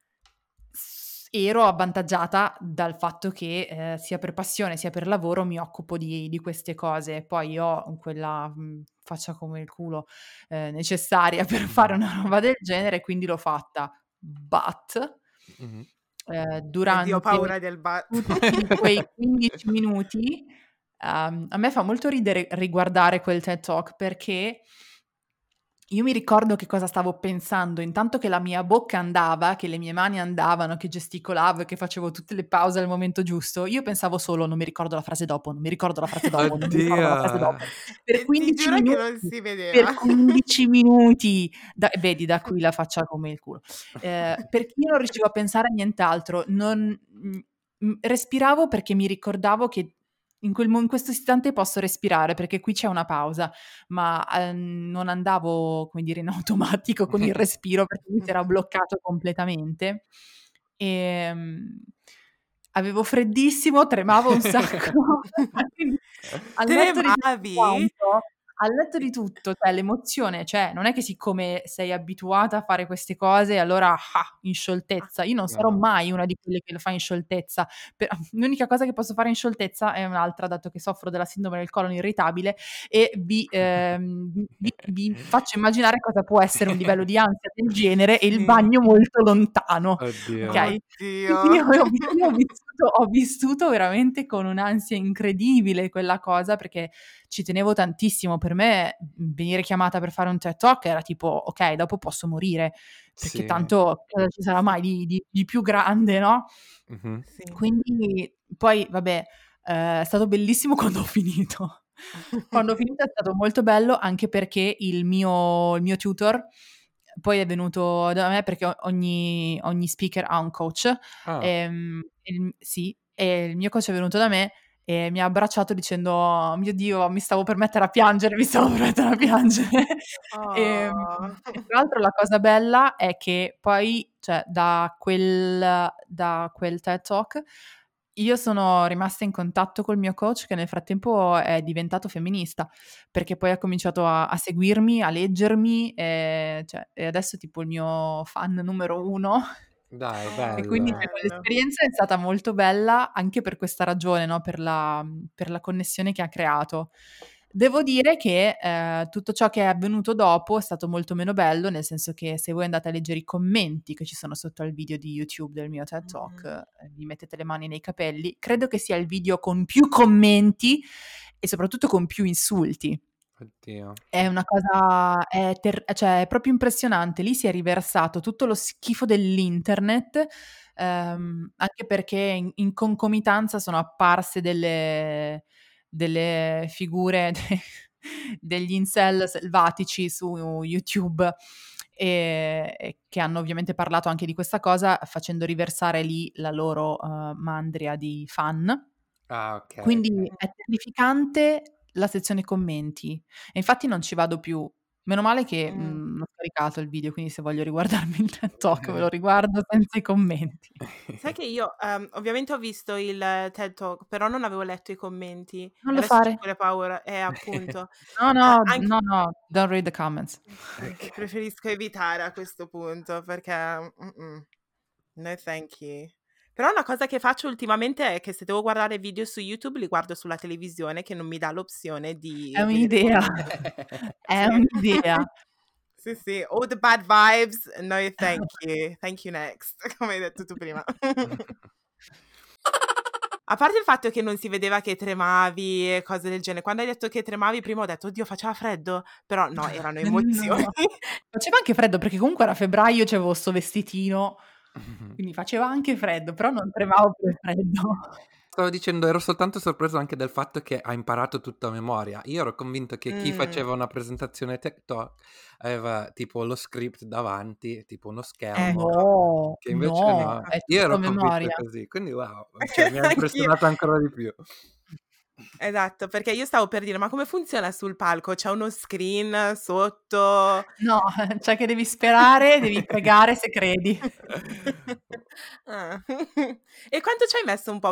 ero avvantaggiata dal fatto che sia per passione sia per lavoro mi occupo di queste cose. Poi ho quella faccia come il culo necessaria per fare una roba del genere, quindi l'ho fatta. But Mhm. Oddio, ho durante paura del tutti quei 15 minuti, a me fa molto ridere riguardare quel TED Talk, perché io mi ricordo che cosa stavo pensando, intanto che la mia bocca andava, che le mie mani andavano, che gesticolavo e che facevo tutte le pause al momento giusto, io pensavo solo: "Non mi ricordo la frase dopo, non mi ricordo la frase dopo, non mi ricordo la frase Oddio. dopo". Per Ti 15 giuro che non minuti, si vedeva. per 15 minuti, vedi da qui la faccia come il culo. Perché io non riuscivo a pensare a nient'altro, respiravo perché mi ricordavo che in questo istante posso respirare, perché qui c'è una pausa, ma, non andavo, come dire, in automatico con il respiro perché mi si era bloccato completamente. Ehm, Avevo freddissimo, tremavo un sacco, quindi Al netto di tutto Tremavi? quanto, al netto di tutto, cioè l'emozione c'è, non è che siccome sei abituata a fare queste cose allora, in scioltezza. Io non sarò No. mai una di quelle che lo fa in scioltezza. L'unica cosa che posso fare in scioltezza è un'altra, dato che soffro della sindrome del colon irritabile e vi faccio immaginare cosa può essere un livello di ansia del genere e il Sì. bagno molto lontano, Oddio. okay? Oddio. Quindi io ho vissuto veramente con un'ansia incredibile quella cosa, perché ci tenevo tantissimo. Per me, venire chiamata per fare un TED Talk era tipo: "Okay, dopo posso morire, perché Sì. tanto cosa ci sarà mai di più grande", no? Mh-mh. Sì. Quindi poi vabbè, è stato bellissimo quando ho finito. Quando ho finito è stato molto bello, anche perché il mio tutor poi è venuto da me, perché ogni speaker ha un coach, Ah. sì, e il mio coach è venuto da me e mi ha abbracciato dicendo: "Oh mio Dio, mi stavo per mettere a piangere, mi stavo per mettere a piangere." Oh. E tra l'altro la cosa bella è che poi, cioè da quel TED Talk io sono rimasta in contatto col mio coach, che nel frattempo è diventato femminista, perché poi ha cominciato a seguirmi, a leggermi, cioè, e adesso è tipo il mio fan numero 1. Dai, Oh, E che quindi bello. cioè, bello. quell'esperienza è stata molto bella anche per questa ragione, no, per la connessione che ha creato. Devo dire che, tutto ciò che è avvenuto dopo è stato molto meno bello, nel senso che se voi andate a leggere i commenti che ci sono sotto al video di YouTube del mio TED Talk, Mh-mh. vi mettete le mani nei capelli, credo che sia il video con più commenti e soprattutto con più insulti. Oddio. È una cosa cioè è proprio impressionante. Lì si è riversato tutto lo schifo dell'internet, anche perché in concomitanza sono apparse delle figure degli incel selvatici su YouTube, e che hanno ovviamente parlato anche di questa cosa, facendo riversare lì la loro, mandria di fan. Ah, okay, Quindi okay. è terrificante la sezione commenti e infatti non ci vado più. Meno male che, Mh. l'ho scaricato il video, quindi se voglio riguardarmi il TED Talk me lo riguardo senza i commenti. Sai che io, ovviamente ho visto il TED Talk, però non avevo letto i commenti Non e lo adesso c'ho fare. pure paura appunto. No, no, Anche no, no, don't read the comments. sì, Okay. preferisco evitare a questo punto perché no thank you. Però una cosa che faccio ultimamente è che se devo guardare video su YouTube li guardo sulla televisione che non mi dà l'opzione È di vedere i un'idea. commenti. È Sì. un'idea. Sì, sì, all the bad vibes, no thank you next, come hai detto tu prima. A parte il fatto che non si vedeva che tremavi e cose del genere, quando hai detto che tremavi prima ho detto: "Oddio faceva freddo?" Però no, erano emozioni. No. Faceva anche freddo perché comunque era febbraio, c'avevo 'sto vestitino, quindi faceva anche freddo, però non tremavo per il freddo. Stavo dicendo, ero soltanto sorpreso anche del fatto che ha imparato tutto a memoria. Io ero convinto che chi Mh, faceva una presentazione TikTok aveva tipo lo script davanti, tipo uno schermo, ecco. No, che invece no, no. è Io tutto a ero convinto memoria. così, quindi wow, cioè mi ha Anch'io. impressionato ancora di più. Esatto, perché io stavo per dire: "Ma come funziona sul palco? C'è uno screen sotto?" No, cioè che devi sperare, devi pregare se credi. Ah. E quanto ci hai messo un po'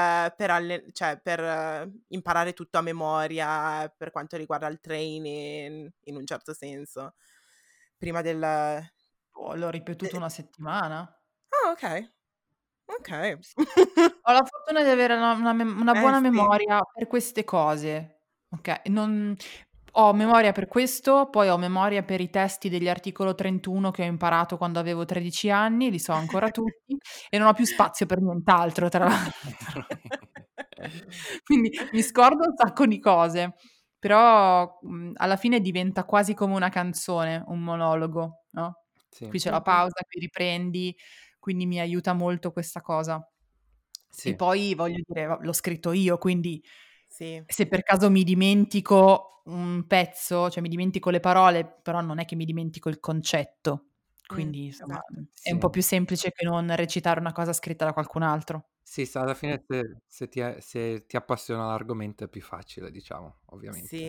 per imparare tutto a memoria, per quanto riguarda il training, in un certo senso? Prima del Oh, l'ho ripetuto de 1 settimana. ah, okay, okay. Sì. Ho la fortuna di avere una Eh buona sì. memoria per queste cose, okay, non ho memoria per questo, poi ho memoria per i testi degli articolo 31 che ho imparato quando avevo 13 anni, li so ancora tutti e non ho più spazio per nient'altro tra l'altro. Quindi mi scordo un sacco di cose, però, alla fine diventa quasi come una canzone, un monologo, no, Sì, qui c'è la Mh-mh. pausa, qui riprendi, quindi mi aiuta molto questa cosa. E sì. poi voglio dire, l'ho scritto io, quindi Sì. se per caso mi dimentico un pezzo, cioè mi dimentico le parole, però non è che mi dimentico il concetto. Quindi insomma, Esatto. è un po' Sì. più semplice che non recitare una cosa scritta da qualcun altro. Sì, sa alla fine se ti appassiona l'argomento è più facile diciamo, ovviamente. Sì,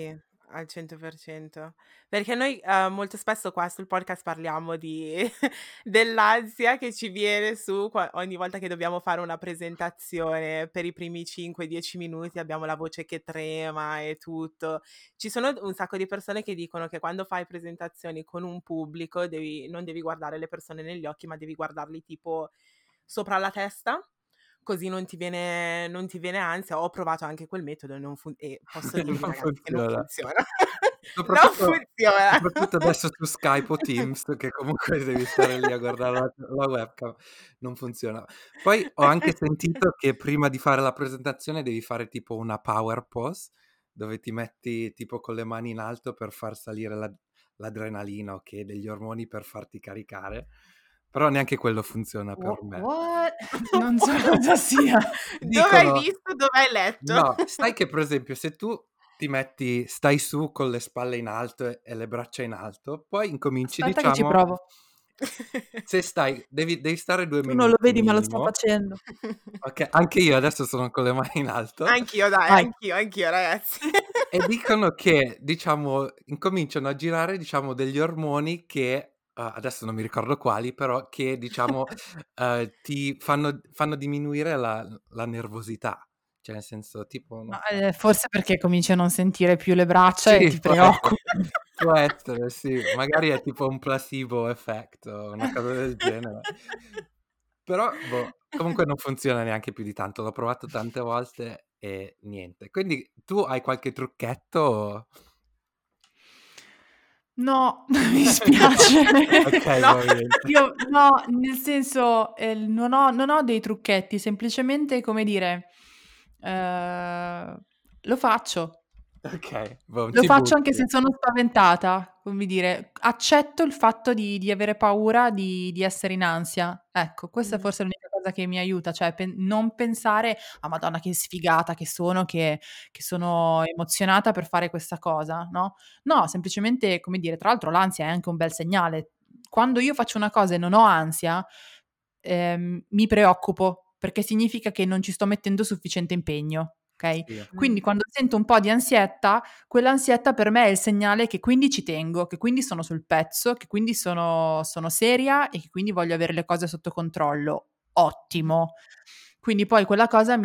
Al 100%. Perché noi molto spesso qua sul podcast parliamo dell'ansia che ci viene su ogni volta che dobbiamo fare una presentazione. Per i primi 5-10 minuti abbiamo la voce che trema e tutto. Ci sono un sacco di persone che dicono che quando fai presentazioni con un pubblico non devi guardare le persone negli occhi, ma devi guardarli tipo sopra la testa. Così non ti viene ansia. Ho provato anche quel metodo e posso dirvi, Non ragazzi, che non funziona. funziona. Non Soprattutto funziona. soprattutto adesso su Skype o Teams, che comunque devi stare lì a guardare la webcam, non funziona. Poi ho anche sentito che prima di fare la presentazione devi fare tipo una power pose, dove ti metti tipo con le mani in alto per far salire l'adrenalina, ok, degli ormoni per farti caricare, però neanche quello funziona per me. What? Non so cosa sia. Dove hai Dicono visto? Dove hai letto? no, sai che per esempio se tu stai su con le spalle in alto e le braccia in alto, poi incominci, Aspetta che ci diciamo, provo. se stai, devi stare 2 Tu non lo minuti vedi, ma lo sto minimo. facendo. Ok, anche io adesso sono con le mani in alto. Anch'io, dai, Vai. anch'io, ragazzi. E dicono che, diciamo, incominciano a girare, diciamo, degli ormoni che, adesso non mi ricordo quali, però che, diciamo, ti fanno diminuire la nervosità. Cioè, nel senso, tipo, non Ma, so. forse perché cominci a non sentire più le braccia e Sì, ti preoccupi. può essere, sì. Magari è tipo un placebo effect o una cosa del genere. Però, boh, comunque non funziona neanche più di tanto. L'ho provato tante volte e niente. Quindi tu hai qualche trucchetto? No, mi spiace. Ok, No. va bene. Io no, nel senso, non ho dei trucchetti, semplicemente, come dire, lo faccio. Ok, boh, Lo ti faccio anche butti. se sono spaventata, come dire, accetto il fatto di avere paura, di essere in ansia. Ecco, questa è forse l'unica cosa che mi aiuta, cioè non pensare: "Ah Madonna che sfigata che sono emozionata per fare questa cosa", no, no, semplicemente, come dire, tra l'altro l'ansia è anche un bel segnale. Quando io faccio una cosa e non ho ansia, mi preoccupo, perché significa che non ci sto mettendo sufficiente impegno, okay? Sì. Quindi quando sento un po' di ansietta, quell'ansietta per me è il segnale che quindi ci tengo, che quindi sono sul pezzo, che quindi sono seria e che quindi voglio avere le cose sotto controllo. Ottimo. Quindi poi quella cosa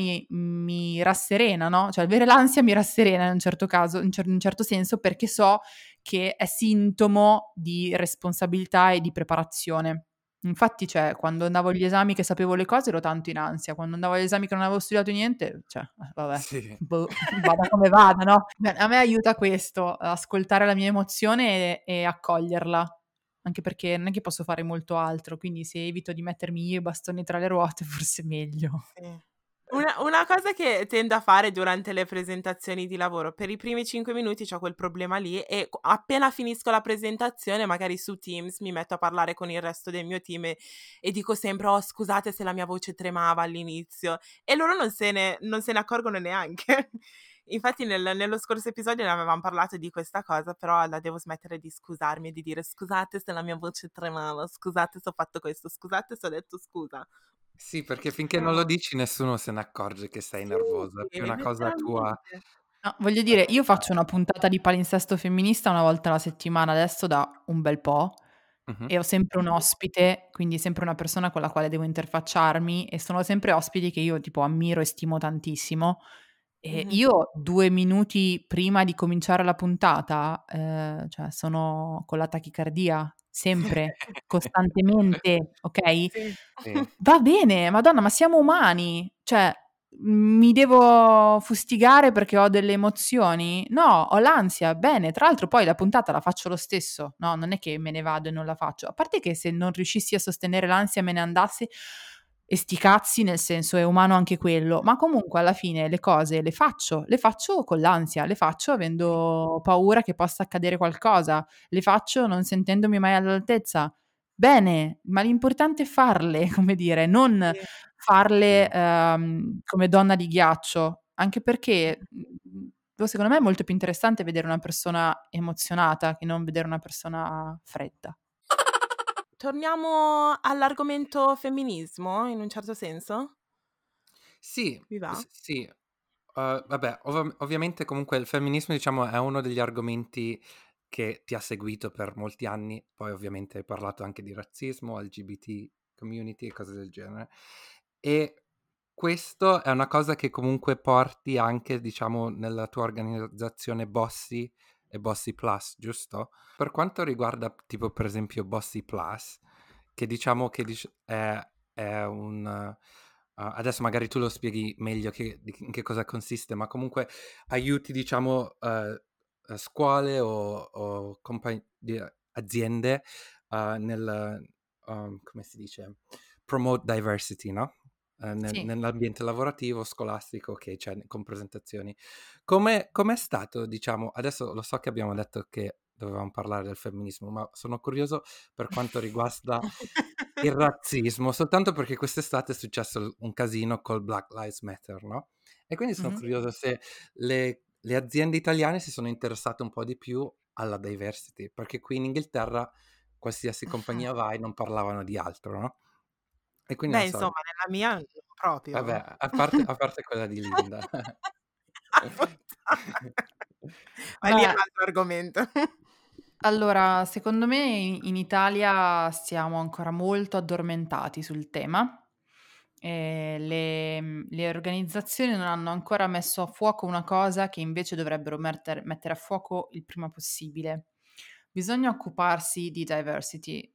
mi rasserena, no, cioè avere l'ansia mi rasserena in un certo caso, in un certo senso, perché so che è sintomo di responsabilità e di preparazione. Infatti, cioè, quando andavo agli esami che sapevo le cose ero tanto in ansia, quando andavo agli esami che non avevo studiato niente, cioè, vabbè, Sì. boh, vada come vada, no? Beh, a me aiuta questo, ascoltare la mia emozione e accoglierla, anche perché non è che posso fare molto altro, quindi se evito di mettermi io i bastoni tra le ruote, forse è meglio. Sì. Una cosa che tendo a fare durante le presentazioni di lavoro, per i primi 5 minuti c'ho quel problema lì e appena finisco la presentazione, magari su Teams, mi metto a parlare con il resto del mio team e dico sempre: "Oh, scusate se la mia voce tremava all'inizio", e loro non se ne accorgono neanche. Infatti nello scorso episodio ne avevam parlato di questa cosa, però la devo smettere di scusarmi e di dire: "Scusate se la mia voce tremava, scusate se ho fatto questo, scusate se ho detto scusa". Sì, perché finché non lo dici nessuno se ne accorge che sei nervosa, è più Sì, una cosa tua. letteralmente. No, voglio dire, io faccio una puntata di palinsesto femminista una volta alla settimana adesso da un bel po' Mh-mh. e ho sempre un ospite, quindi sempre una persona con la quale devo interfacciarmi e sono sempre ospiti che io tipo ammiro e stimo tantissimo. E Mh-mh. io 2 minuti prima di cominciare la puntata, cioè sono con la tachicardia, sempre, costantemente, okay? Sì. Sì. Va bene, Madonna, ma siamo umani, cioè, mi devo fustigare perché ho delle emozioni? No, ho l'ansia, bene. Tra l'altro poi la puntata la faccio lo stesso, no, non è che me ne vado e non la faccio. A parte che se non riuscissi a sostenere l'ansia e me ne andassi e sti cazzi, nel senso è umano anche quello, ma comunque alla fine le cose le faccio con l'ansia, le faccio avendo paura che possa accadere qualcosa, le faccio non sentendomi mai all'altezza. Bene, ma l'importante è farle, come dire, non Sì. farle, Sì. come donna di ghiaccio, anche perché, secondo me è molto più interessante vedere una persona emozionata che non vedere una persona fredda. Torniamo all'argomento femminismo, in un certo senso? Sì, Vi va? sì. Vabbè, ovviamente comunque il femminismo, diciamo, è uno degli argomenti che ti ha seguito per molti anni, poi ovviamente hai parlato anche di razzismo, LGBT community e cose del genere. E questo è una cosa che comunque porti anche, diciamo, nella tua organizzazione Bossy e Bossy Plus, giusto? Per quanto riguarda, tipo, per esempio, Bossy Plus, che diciamo che è un... adesso magari tu lo spieghi meglio in che cosa consiste, ma comunque aiuti, diciamo, scuole o aziende nel, come si dice, promote diversity, no? Sì. Nell'ambiente lavorativo, scolastico, che c'è con presentazioni. Com'è stato, diciamo, adesso lo so che abbiamo detto che dovevamo parlare del femminismo, ma sono curioso per quanto riguarda il razzismo, soltanto perché quest'estate è successo un casino col Black Lives Matter, no? E quindi sono Mhm. curioso se le aziende italiane si sono interessate un po' di più alla diversity, perché qui in Inghilterra qualsiasi compagnia vai non parlavano di altro, no? E quindi Beh, non so, insomma, nella mia non proprio. vabbè, a parte quella di Linda. Ah, puttana. Ma lì è un Ma altro argomento. allora, secondo me in Italia stiamo ancora molto addormentati sul tema. Le organizzazioni non hanno ancora messo a fuoco una cosa che invece dovrebbero mettere a fuoco il prima possibile. Bisogna occuparsi di diversity,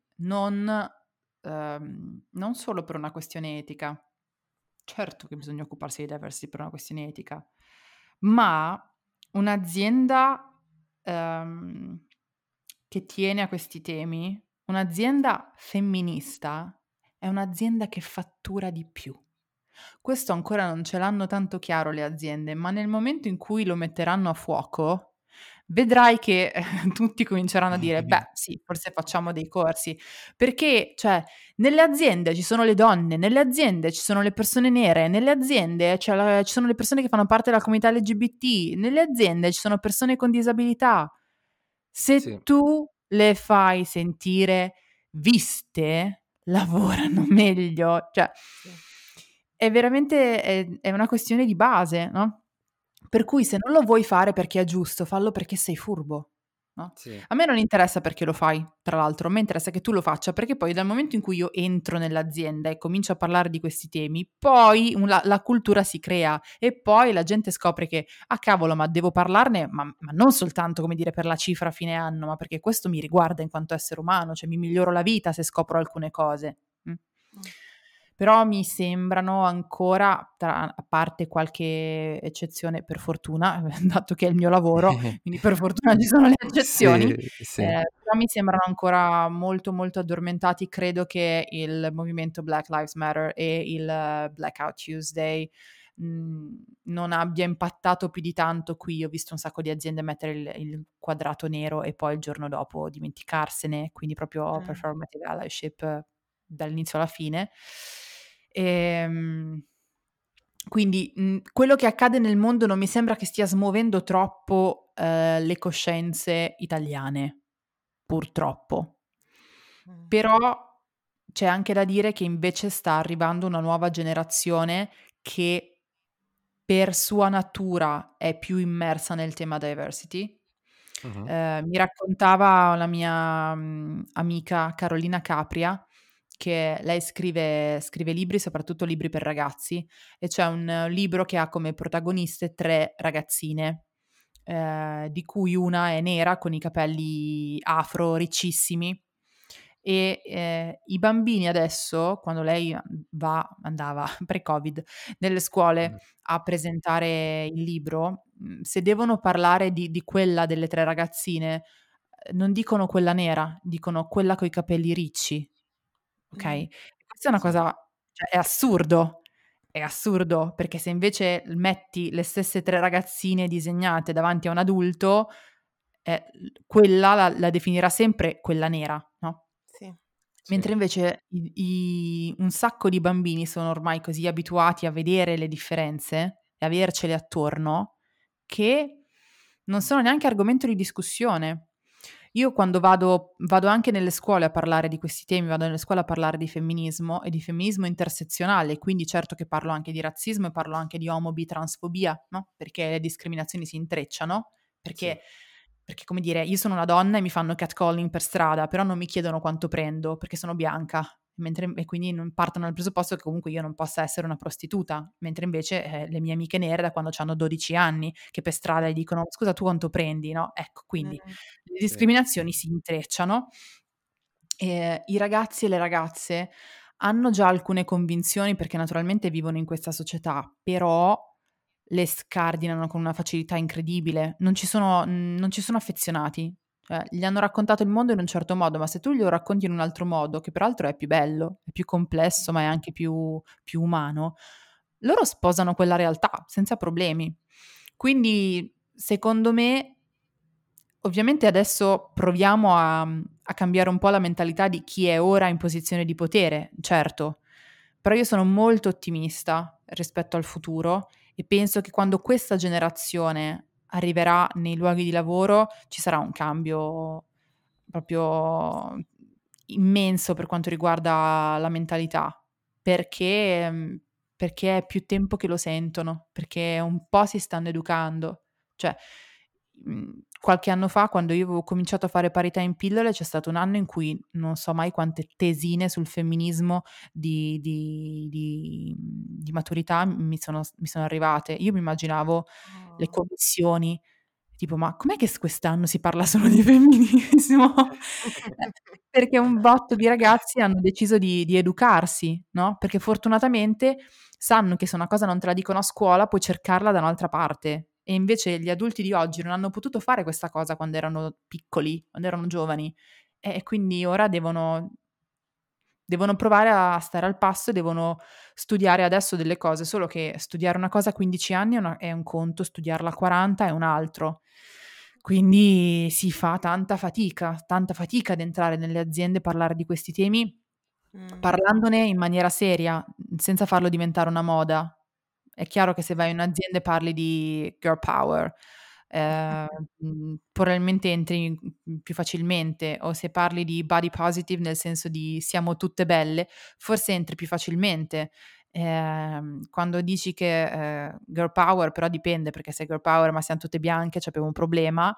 non solo per una questione etica. Certo che bisogna occuparsi di diversity per una questione etica, ma un'azienda ehm, che tiene a questi temi, un'azienda femminista, è un'azienda che fattura di più. Questo ancora non ce l'hanno tanto chiaro le aziende, ma nel momento in cui lo metteranno a fuoco, vedrai che tutti cominceranno a dire: "Beh, sì, forse facciamo dei corsi". Perché, cioè, nelle aziende ci sono le donne, nelle aziende ci sono le persone nere, nelle aziende ci sono le persone che fanno parte della comunità LGBT, nelle aziende ci sono persone con disabilità. Se Sì, tu le fai sentire viste, lavorano meglio. Cioè, Sì. è veramente è una questione di base, no, per cui se non lo vuoi fare perché è giusto, fallo perché sei furbo, no? sì. A me non interessa perché lo fai, tra l'altro, a me interessa che tu lo faccia, perché poi dal momento in cui io entro nell'azienda e comincio a parlare di questi temi, poi la cultura si crea e poi la gente scopre che, ah cavolo, ma devo parlarne, ma non soltanto, come dire, per la cifra a fine anno, ma perché questo mi riguarda in quanto essere umano, cioè mi miglioro la vita se scopro alcune cose. Mh. Però mi sembrano ancora, a parte qualche eccezione per fortuna, dato che è il mio lavoro, quindi per fortuna ci sono le eccezioni, Sì, sì. però mi sembrano ancora molto, molto addormentati. Credo che il movimento Black Lives Matter e il Blackout Tuesday, non abbia impattato più di tanto qui. Ho visto un sacco di aziende mettere il quadrato nero e poi il giorno dopo dimenticarsene, quindi proprio performative allyship dall'inizio alla fine. Ehm, quindi, quello che accade nel mondo non mi sembra che stia smuovendo troppo, le coscienze italiane, purtroppo. Mh. Però c'è anche da dire che invece sta arrivando una nuova generazione che per sua natura è più immersa nel tema diversity. Mh-mh. Mi raccontava la mia, amica Carolina Capria che lei scrive libri, soprattutto libri per ragazzi, e c'è un libro che ha come protagoniste 3 ragazzine, di cui una è nera con i capelli afro ricissimi e, i bambini adesso, quando lei andava pre-Covid nelle Mh. scuole a presentare il libro, se devono parlare di quella delle 3 ragazzine, non dicono quella nera, dicono quella coi capelli ricci, okay? Mh. E questa è una Sì. cosa, cioè è assurdo, perché se invece metti le stesse 3 ragazzine disegnate davanti a un adulto, quella la definirà sempre quella nera, no? Sì. Mentre Sì. invece un sacco di bambini sono ormai così abituati a vedere le differenze e avercele attorno, che non sono neanche argomento di discussione. Io quando vado anche nelle scuole a parlare di questi temi, vado nelle scuole a parlare di femminismo e di femminismo intersezionale, quindi certo che parlo anche di razzismo e parlo anche di omobi, transfobia, no? Perché le discriminazioni si intrecciano, Sì. perché come dire, io sono una donna e mi fanno catcalling per strada, però non mi chiedono quanto prendo perché sono bianca. E quindi non partono dal presupposto che comunque io non possa essere una prostituta, mentre invece le mie amiche nere da quando hanno 12 anni che per strada gli dicono scusa tu quanto prendi, no? Ecco, quindi Mm. le Sì. discriminazioni si intrecciano. I ragazzi e le ragazze hanno già alcune convinzioni perché naturalmente vivono in questa società, però le scardinano con una facilità incredibile, non ci sono affezionati. Cioè, gli hanno raccontato il mondo in un certo modo, ma se tu glielo racconti in un altro modo, che peraltro è più bello, è più complesso, ma è anche più umano, loro sposano quella realtà senza problemi. Quindi, secondo me, ovviamente adesso proviamo a cambiare un po' la mentalità di chi è ora in posizione di potere, certo, però io sono molto ottimista rispetto al futuro e penso che quando questa generazione arriverà nei luoghi di lavoro ci sarà un cambio proprio immenso per quanto riguarda la mentalità, perché è più tempo che lo sentono, perché un po' si stanno educando. Cioè, qualche anno fa, quando io avevo cominciato a fare parità in pillole, c'è stato un anno in cui non so mai quante tesine sul femminismo di maturità mi sono arrivate. Io mi immaginavo le Oh. commissioni, tipo, ma com'è che quest'anno si parla solo di femminismo? Perché un botto di ragazzi hanno deciso di educarsi, no? Perché fortunatamente sanno che se una cosa non te la dicono a scuola puoi cercarla da un'altra parte. E invece gli adulti di oggi non hanno potuto fare questa cosa quando erano piccoli, quando erano giovani. E quindi ora devono provare a stare al passo e devono studiare adesso delle cose, solo che studiare una cosa a 15 anni è un conto, studiarla a 40 è un altro. Quindi si fa tanta fatica ad entrare nelle aziende e parlare di questi temi, Mm. parlandone in maniera seria, senza farlo diventare una moda. È chiaro che se vai in un'azienda e parli di girl power, ehm, probabilmente entri più facilmente, o se parli di body positive, nel senso di siamo tutte belle, forse entri più facilmente. Quando dici che, girl power però dipende, perché se girl power ma siam tutte bianche c'abbiamo un problema,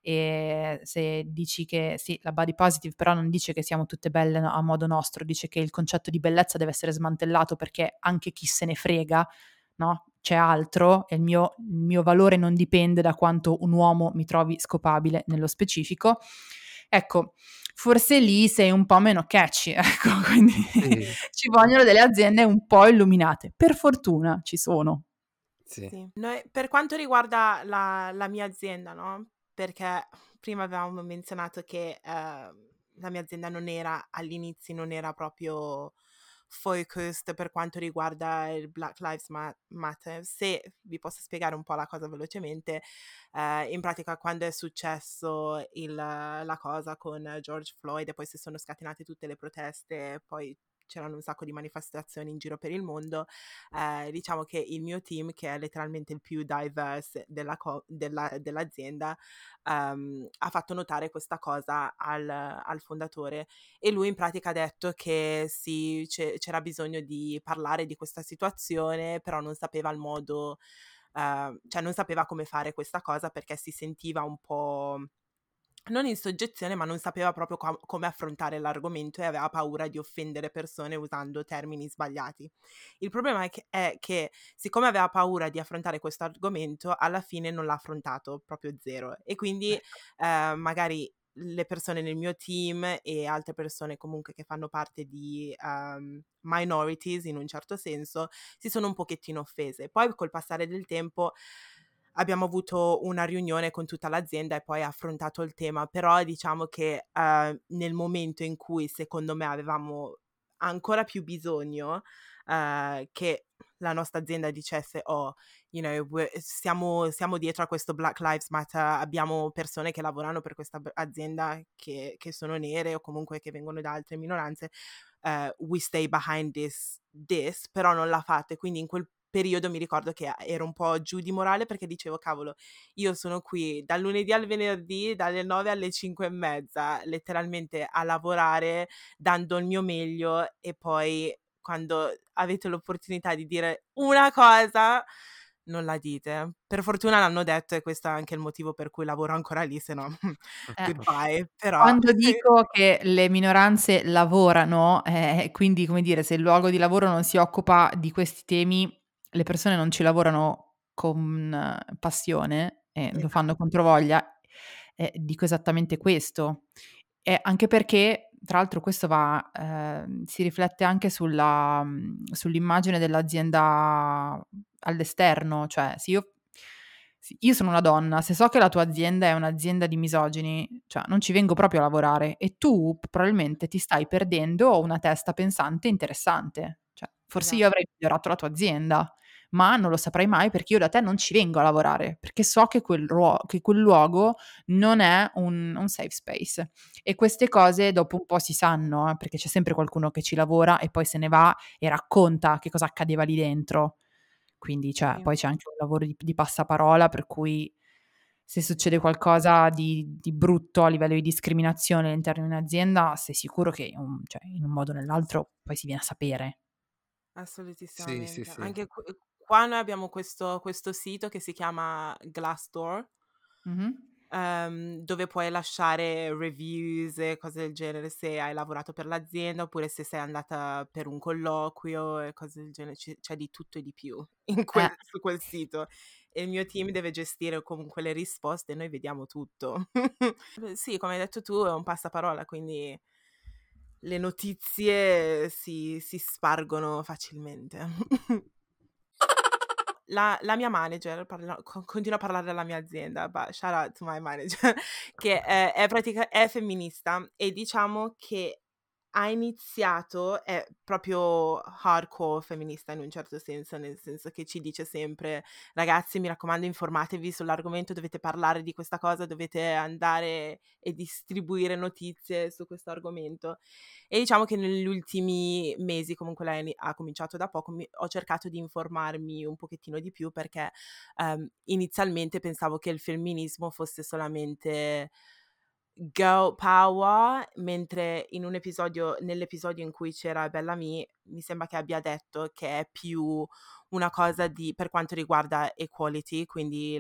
se dici che sì, la body positive però non dice che siamo tutte belle a modo nostro, dice che il concetto di bellezza deve essere smantellato perché anche chi se ne frega, no, c'è altro e il mio valore non dipende da quanto un uomo mi trovi scopabile nello specifico. Ecco, forse lì sei un po' meno catchy, ecco, quindi Sì, ci vogliono delle aziende un po' illuminate. Per fortuna ci sono. sì. Sì. Per quanto riguarda la mia azienda, no? Perché prima avevamo menzionato che la mia azienda non era all'inizio, non era proprio focused per quanto riguarda il Black Lives Matter. Se vi posso spiegare un po' la cosa velocemente, in pratica quando è successo la cosa con George Floyd e poi si sono scatenate tutte le proteste, poi c'erano un sacco di manifestazioni in giro per il mondo, diciamo che il mio team, che è letteralmente il più diverse dell'azienda, ha fatto notare questa cosa al fondatore e lui in pratica ha detto che sì, c'era bisogno di parlare di questa situazione, però non sapeva il modo, cioè non sapeva come fare questa cosa perché si sentiva un po' non in soggezione, ma non sapeva proprio come affrontare l'argomento e aveva paura di offendere persone usando termini sbagliati. Il problema è che siccome aveva paura di affrontare questo argomento, alla fine non l'ha affrontato, proprio zero. E quindi magari le persone nel mio team e altre persone comunque che fanno parte di minorities in un certo senso si sono un pochettino offese. Poi col passare del tempo abbiamo avuto una riunione con tutta l'azienda e poi ha affrontato il tema, però diciamo che nel momento in cui secondo me avevamo ancora più bisogno che la nostra azienda dicesse oh, siamo dietro a questo Black Lives Matter, abbiamo persone che lavorano per questa azienda che sono nere o comunque che vengono da altre minoranze, we stay behind this, però non l'ha fatto e quindi in quel periodo mi ricordo che ero un po' giù di morale perché dicevo, cavolo, io sono qui dal lunedì al venerdì, dalle 9 alle 5 e mezza, letteralmente a lavorare, dando il mio meglio, e poi quando avete l'opportunità di dire una cosa, non la dite. Per fortuna l'hanno detto, e questo è anche il motivo per cui lavoro ancora lì, se no goodbye, però Quando dico che le minoranze lavorano, quindi come dire, se il luogo di lavoro non si occupa di questi temi, le persone non ci lavorano con passione e lo fanno controvoglia, dico esattamente questo. Anche perché, tra l'altro, questo va si riflette anche sull'immagine dell'azienda all'esterno, cioè se io sono una donna, se so che la tua azienda è un'azienda di misogini, cioè non ci vengo proprio a lavorare, e tu probabilmente ti stai perdendo una testa pensante interessante. Cioè, forse io esatto. avrei migliorato la tua azienda, ma non lo saprai mai perché io da te non ci vengo a lavorare, perché so che che quel luogo non è un safe space. E queste cose dopo un po' si sanno, perché c'è sempre qualcuno che ci lavora e poi se ne va e racconta che cosa accadeva lì dentro. Quindi, cioè, Sì. poi c'è anche un lavoro di passaparola, per cui se succede qualcosa di brutto a livello di discriminazione all'interno di un'azienda, sei sicuro che cioè, in un modo o nell'altro poi si viene a sapere. Sì, Assolutissimamente. sì. Anche qua noi abbiamo questo sito che si chiama Glassdoor, Mh-mh. dove puoi lasciare reviews e cose del genere se hai lavorato per l'azienda oppure se sei andata per un colloquio e cose del genere. C'è di tutto e di più Eh. su quel sito. E il mio team deve gestire comunque le risposte e noi vediamo tutto. Sì, come hai detto tu, è un passaparola, quindi le notizie si spargono facilmente. La mia manager, continuo a parlare della mia azienda, shout out to my manager, che è femminista, e diciamo che è proprio hardcore femminista in un certo senso, nel senso che ci dice sempre: ragazzi, mi raccomando, informatevi sull'argomento, dovete parlare di questa cosa, dovete andare e distribuire notizie su questo argomento. E diciamo che negli ultimi mesi, comunque lei ha cominciato da poco, ho cercato di informarmi un pochettino di più perché inizialmente pensavo che il femminismo fosse solamente girl power, mentre nell'episodio in cui c'era Bellamy, mi sembra che abbia detto che è più una cosa per quanto riguarda equality, quindi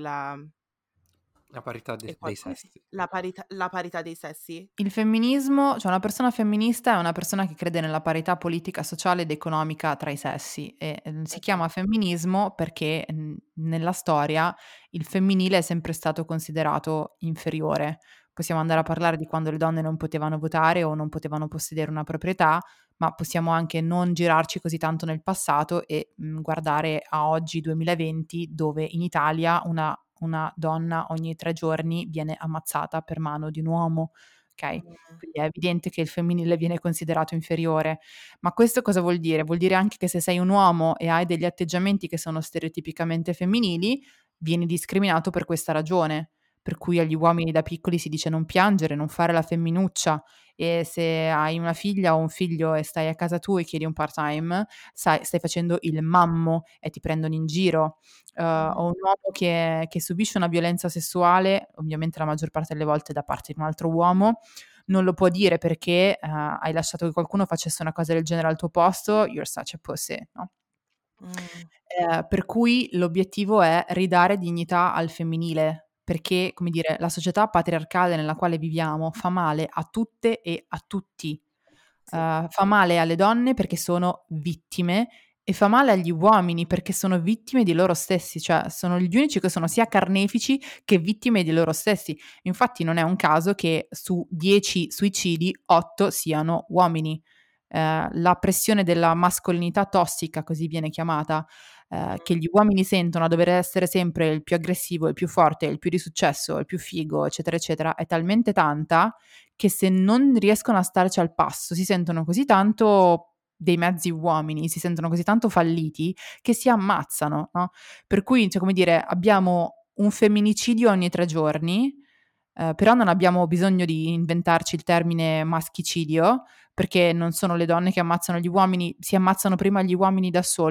La parità dei come sessi. la parità dei sessi. Il femminismo, cioè una persona femminista è una persona che crede nella parità politica, sociale ed economica tra i sessi e si chiama Esatto. femminismo perché nella storia il femminile è sempre stato considerato inferiore. Possiamo andare a parlare di quando le donne non potevano votare o non potevano possedere una proprietà, ma possiamo anche non girarci così tanto nel passato e guardare a oggi 2020, dove in Italia una donna ogni 3 giorni viene ammazzata per mano di un uomo, okay, Mh. quindi è evidente che il femminile viene considerato inferiore. Ma questo cosa vuol dire? Vuol dire anche che se sei un uomo e hai degli atteggiamenti che sono stereotipicamente femminili, vieni discriminato per questa ragione. Per cui agli uomini da piccoli si dice: "Non piangere, non fare la femminuccia", e se hai una figlia o un figlio e stai a casa tua e chiedi un part-time, stai facendo il mammo e ti prendono in giro. O un uomo che subisce una violenza sessuale, ovviamente la maggior parte delle volte da parte di un altro uomo, non lo può dire perché, hai lasciato che qualcuno facesse una cosa del genere al tuo posto, you're such a pussy, no? Mh. Per cui l'obiettivo è ridare dignità al femminile, perché, come dire, la società patriarcale nella quale viviamo fa male a tutte e a tutti. Sì. Fa male alle donne perché sono vittime e fa male agli uomini perché sono vittime di loro stessi, cioè sono gli unici che sono sia carnefici che vittime di loro stessi. Infatti non è un caso che su 10 suicidi 8 siano uomini. La pressione della mascolinità tossica, così viene chiamata, che gli uomini sentono a dover essere sempre il più aggressivo, il più forte, il più di successo, il più figo, eccetera, eccetera, è talmente tanta che se non riescono a starci al passo, si sentono così tanto dei mezzi uomini, si sentono così tanto falliti che si ammazzano, no, per cui, cioè, come dire, abbiamo un femminicidio ogni 3 giorni, però non abbiamo bisogno di inventarci il termine maschicidio, perché non sono le donne che ammazzano gli uomini, si ammazzano prima gli uomini da soli,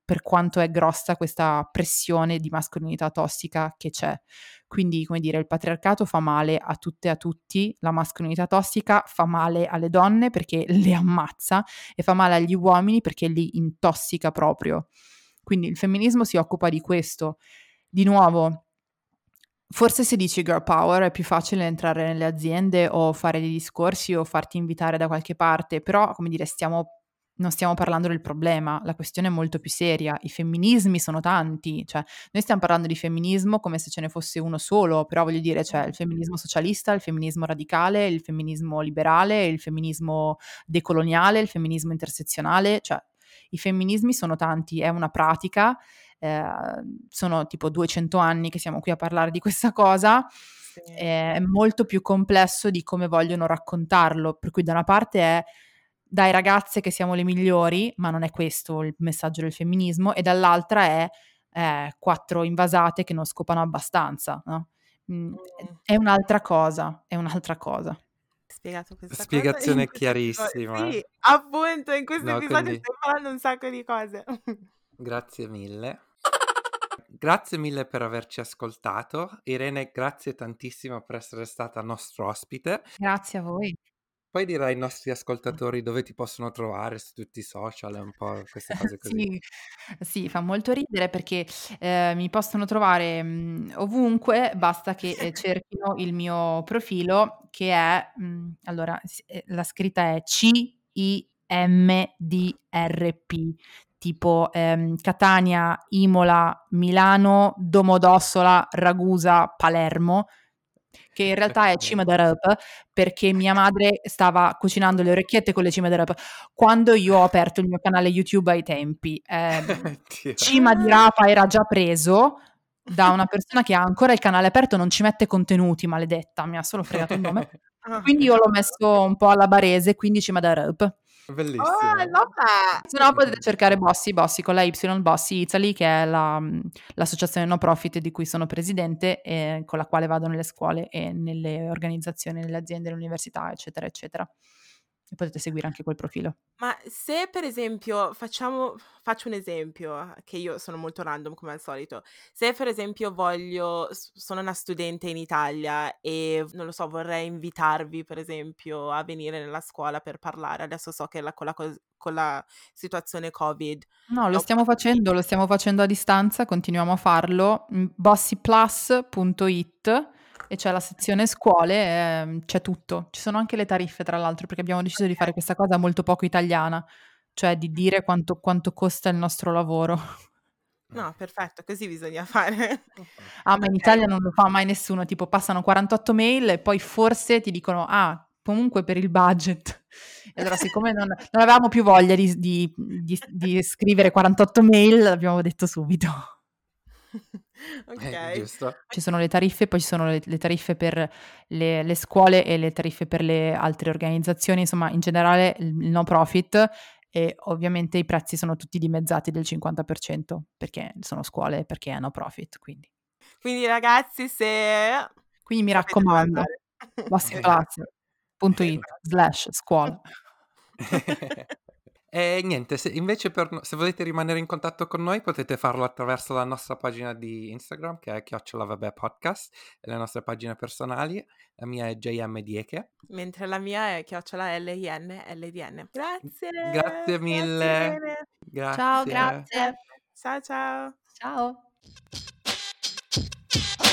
per quanto è grossa questa pressione di mascolinità tossica che c'è. Quindi, come dire, il patriarcato fa male a tutte e a tutti, la mascolinità tossica fa male alle donne perché le ammazza e fa male agli uomini perché li intossica proprio. Quindi il femminismo si occupa di questo. Di nuovo, forse se dici girl power è più facile entrare nelle aziende o fare dei discorsi o farti invitare da qualche parte, però, come dire, non stiamo parlando del problema, la questione è molto più seria, i femminismi sono tanti, cioè noi stiamo parlando di femminismo come se ce ne fosse uno solo, però voglio dire, c'è il femminismo socialista, il femminismo radicale, il femminismo liberale, il femminismo decoloniale, il femminismo intersezionale, cioè i femminismi sono tanti, è una pratica, sono tipo 200 anni che siamo qui a parlare di questa cosa, Sì. è molto più complesso di come vogliono raccontarlo, per cui da una parte è dai ragazze che siamo le migliori, ma non è questo il messaggio del femminismo, e dall'altra è 4 invasate che non scopano abbastanza, no? Mm. È un'altra cosa, è un'altra cosa. Spiegato questa Spiegazione cosa in questo episodio. chiarissima. Sì, appunto, in questo No, episodio quindi stai parlando un sacco di cose. grazie mille. Grazie mille per averci ascoltato. Irene, grazie tantissimo per essere stata nostro ospite. Grazie a voi. Poi dirai ai nostri ascoltatori dove ti possono trovare su tutti i social e un po' queste cose così. Sì, fa molto ridere perché, mi possono trovare, ovunque, basta che, cerchino il mio profilo che è allora la scritta è CIMDRP, tipo, Catania, Imola, Milano, Domodossola, Ragusa, Palermo, che in realtà è Cima d'Arap, perché mia madre stava cucinando le orecchiette con le cime d'Arap quando io ho aperto il mio canale YouTube ai tempi. Dio. Cima di Rapa era già preso da una persona che ha ancora il canale aperto, non ci mette contenuti, maledetta, mi ha solo fregato il nome. Quindi io l'ho messo un po' alla barese, quindi Cima d'Arap. Bellissimo. Oh, I love that. Se no potete cercare Bossy con la Y, Bossy Italy, che è l'associazione no profit di cui sono presidente e con la quale vado nelle scuole e nelle organizzazioni, nelle aziende, nelle università, eccetera, eccetera. E potete seguire anche quel profilo. Ma se per esempio faccio un esempio, che io sono molto random come al solito. Se per esempio sono una studente in Italia e non lo so, vorrei invitarvi per esempio a venire nella scuola per parlare. Adesso so che con la situazione Covid No, è lo un stiamo po' facendo a distanza, continuiamo a farlo. Bossyplus.it e c'è la sezione scuole, c'è tutto. Ci sono anche le tariffe, tra l'altro, perché abbiamo deciso di fare questa cosa molto poco italiana, cioè di dire quanto costa il nostro lavoro. No, perfetto, così bisogna fare. Ah, ma in Ok. Italia non lo fa mai nessuno, tipo passano 48 mail e poi forse ti dicono, comunque per il budget. E allora siccome non avevamo più voglia di scrivere 48 mail, l'abbiamo detto subito. Ok. Giusto. Ci sono le tariffe, poi ci sono le tariffe per le scuole e le tariffe per le altre organizzazioni, insomma in generale il no profit, e ovviamente i prezzi sono tutti dimezzati del 50% perché sono scuole, perché è no profit, quindi Ragazzi, mi sapete dove raccomando, andare. bossyplus.it/scuola. E niente, se invece se volete rimanere in contatto con noi potete farlo attraverso la nostra pagina di Instagram che è @vabbèpodcast e le nostre pagine personali. La mia è JM Dieke. Mentre la mia è @LINLDN. Grazie. Grazie mille. Irene. Ciao, Grazie. grazie. Ciao ciao. Ciao.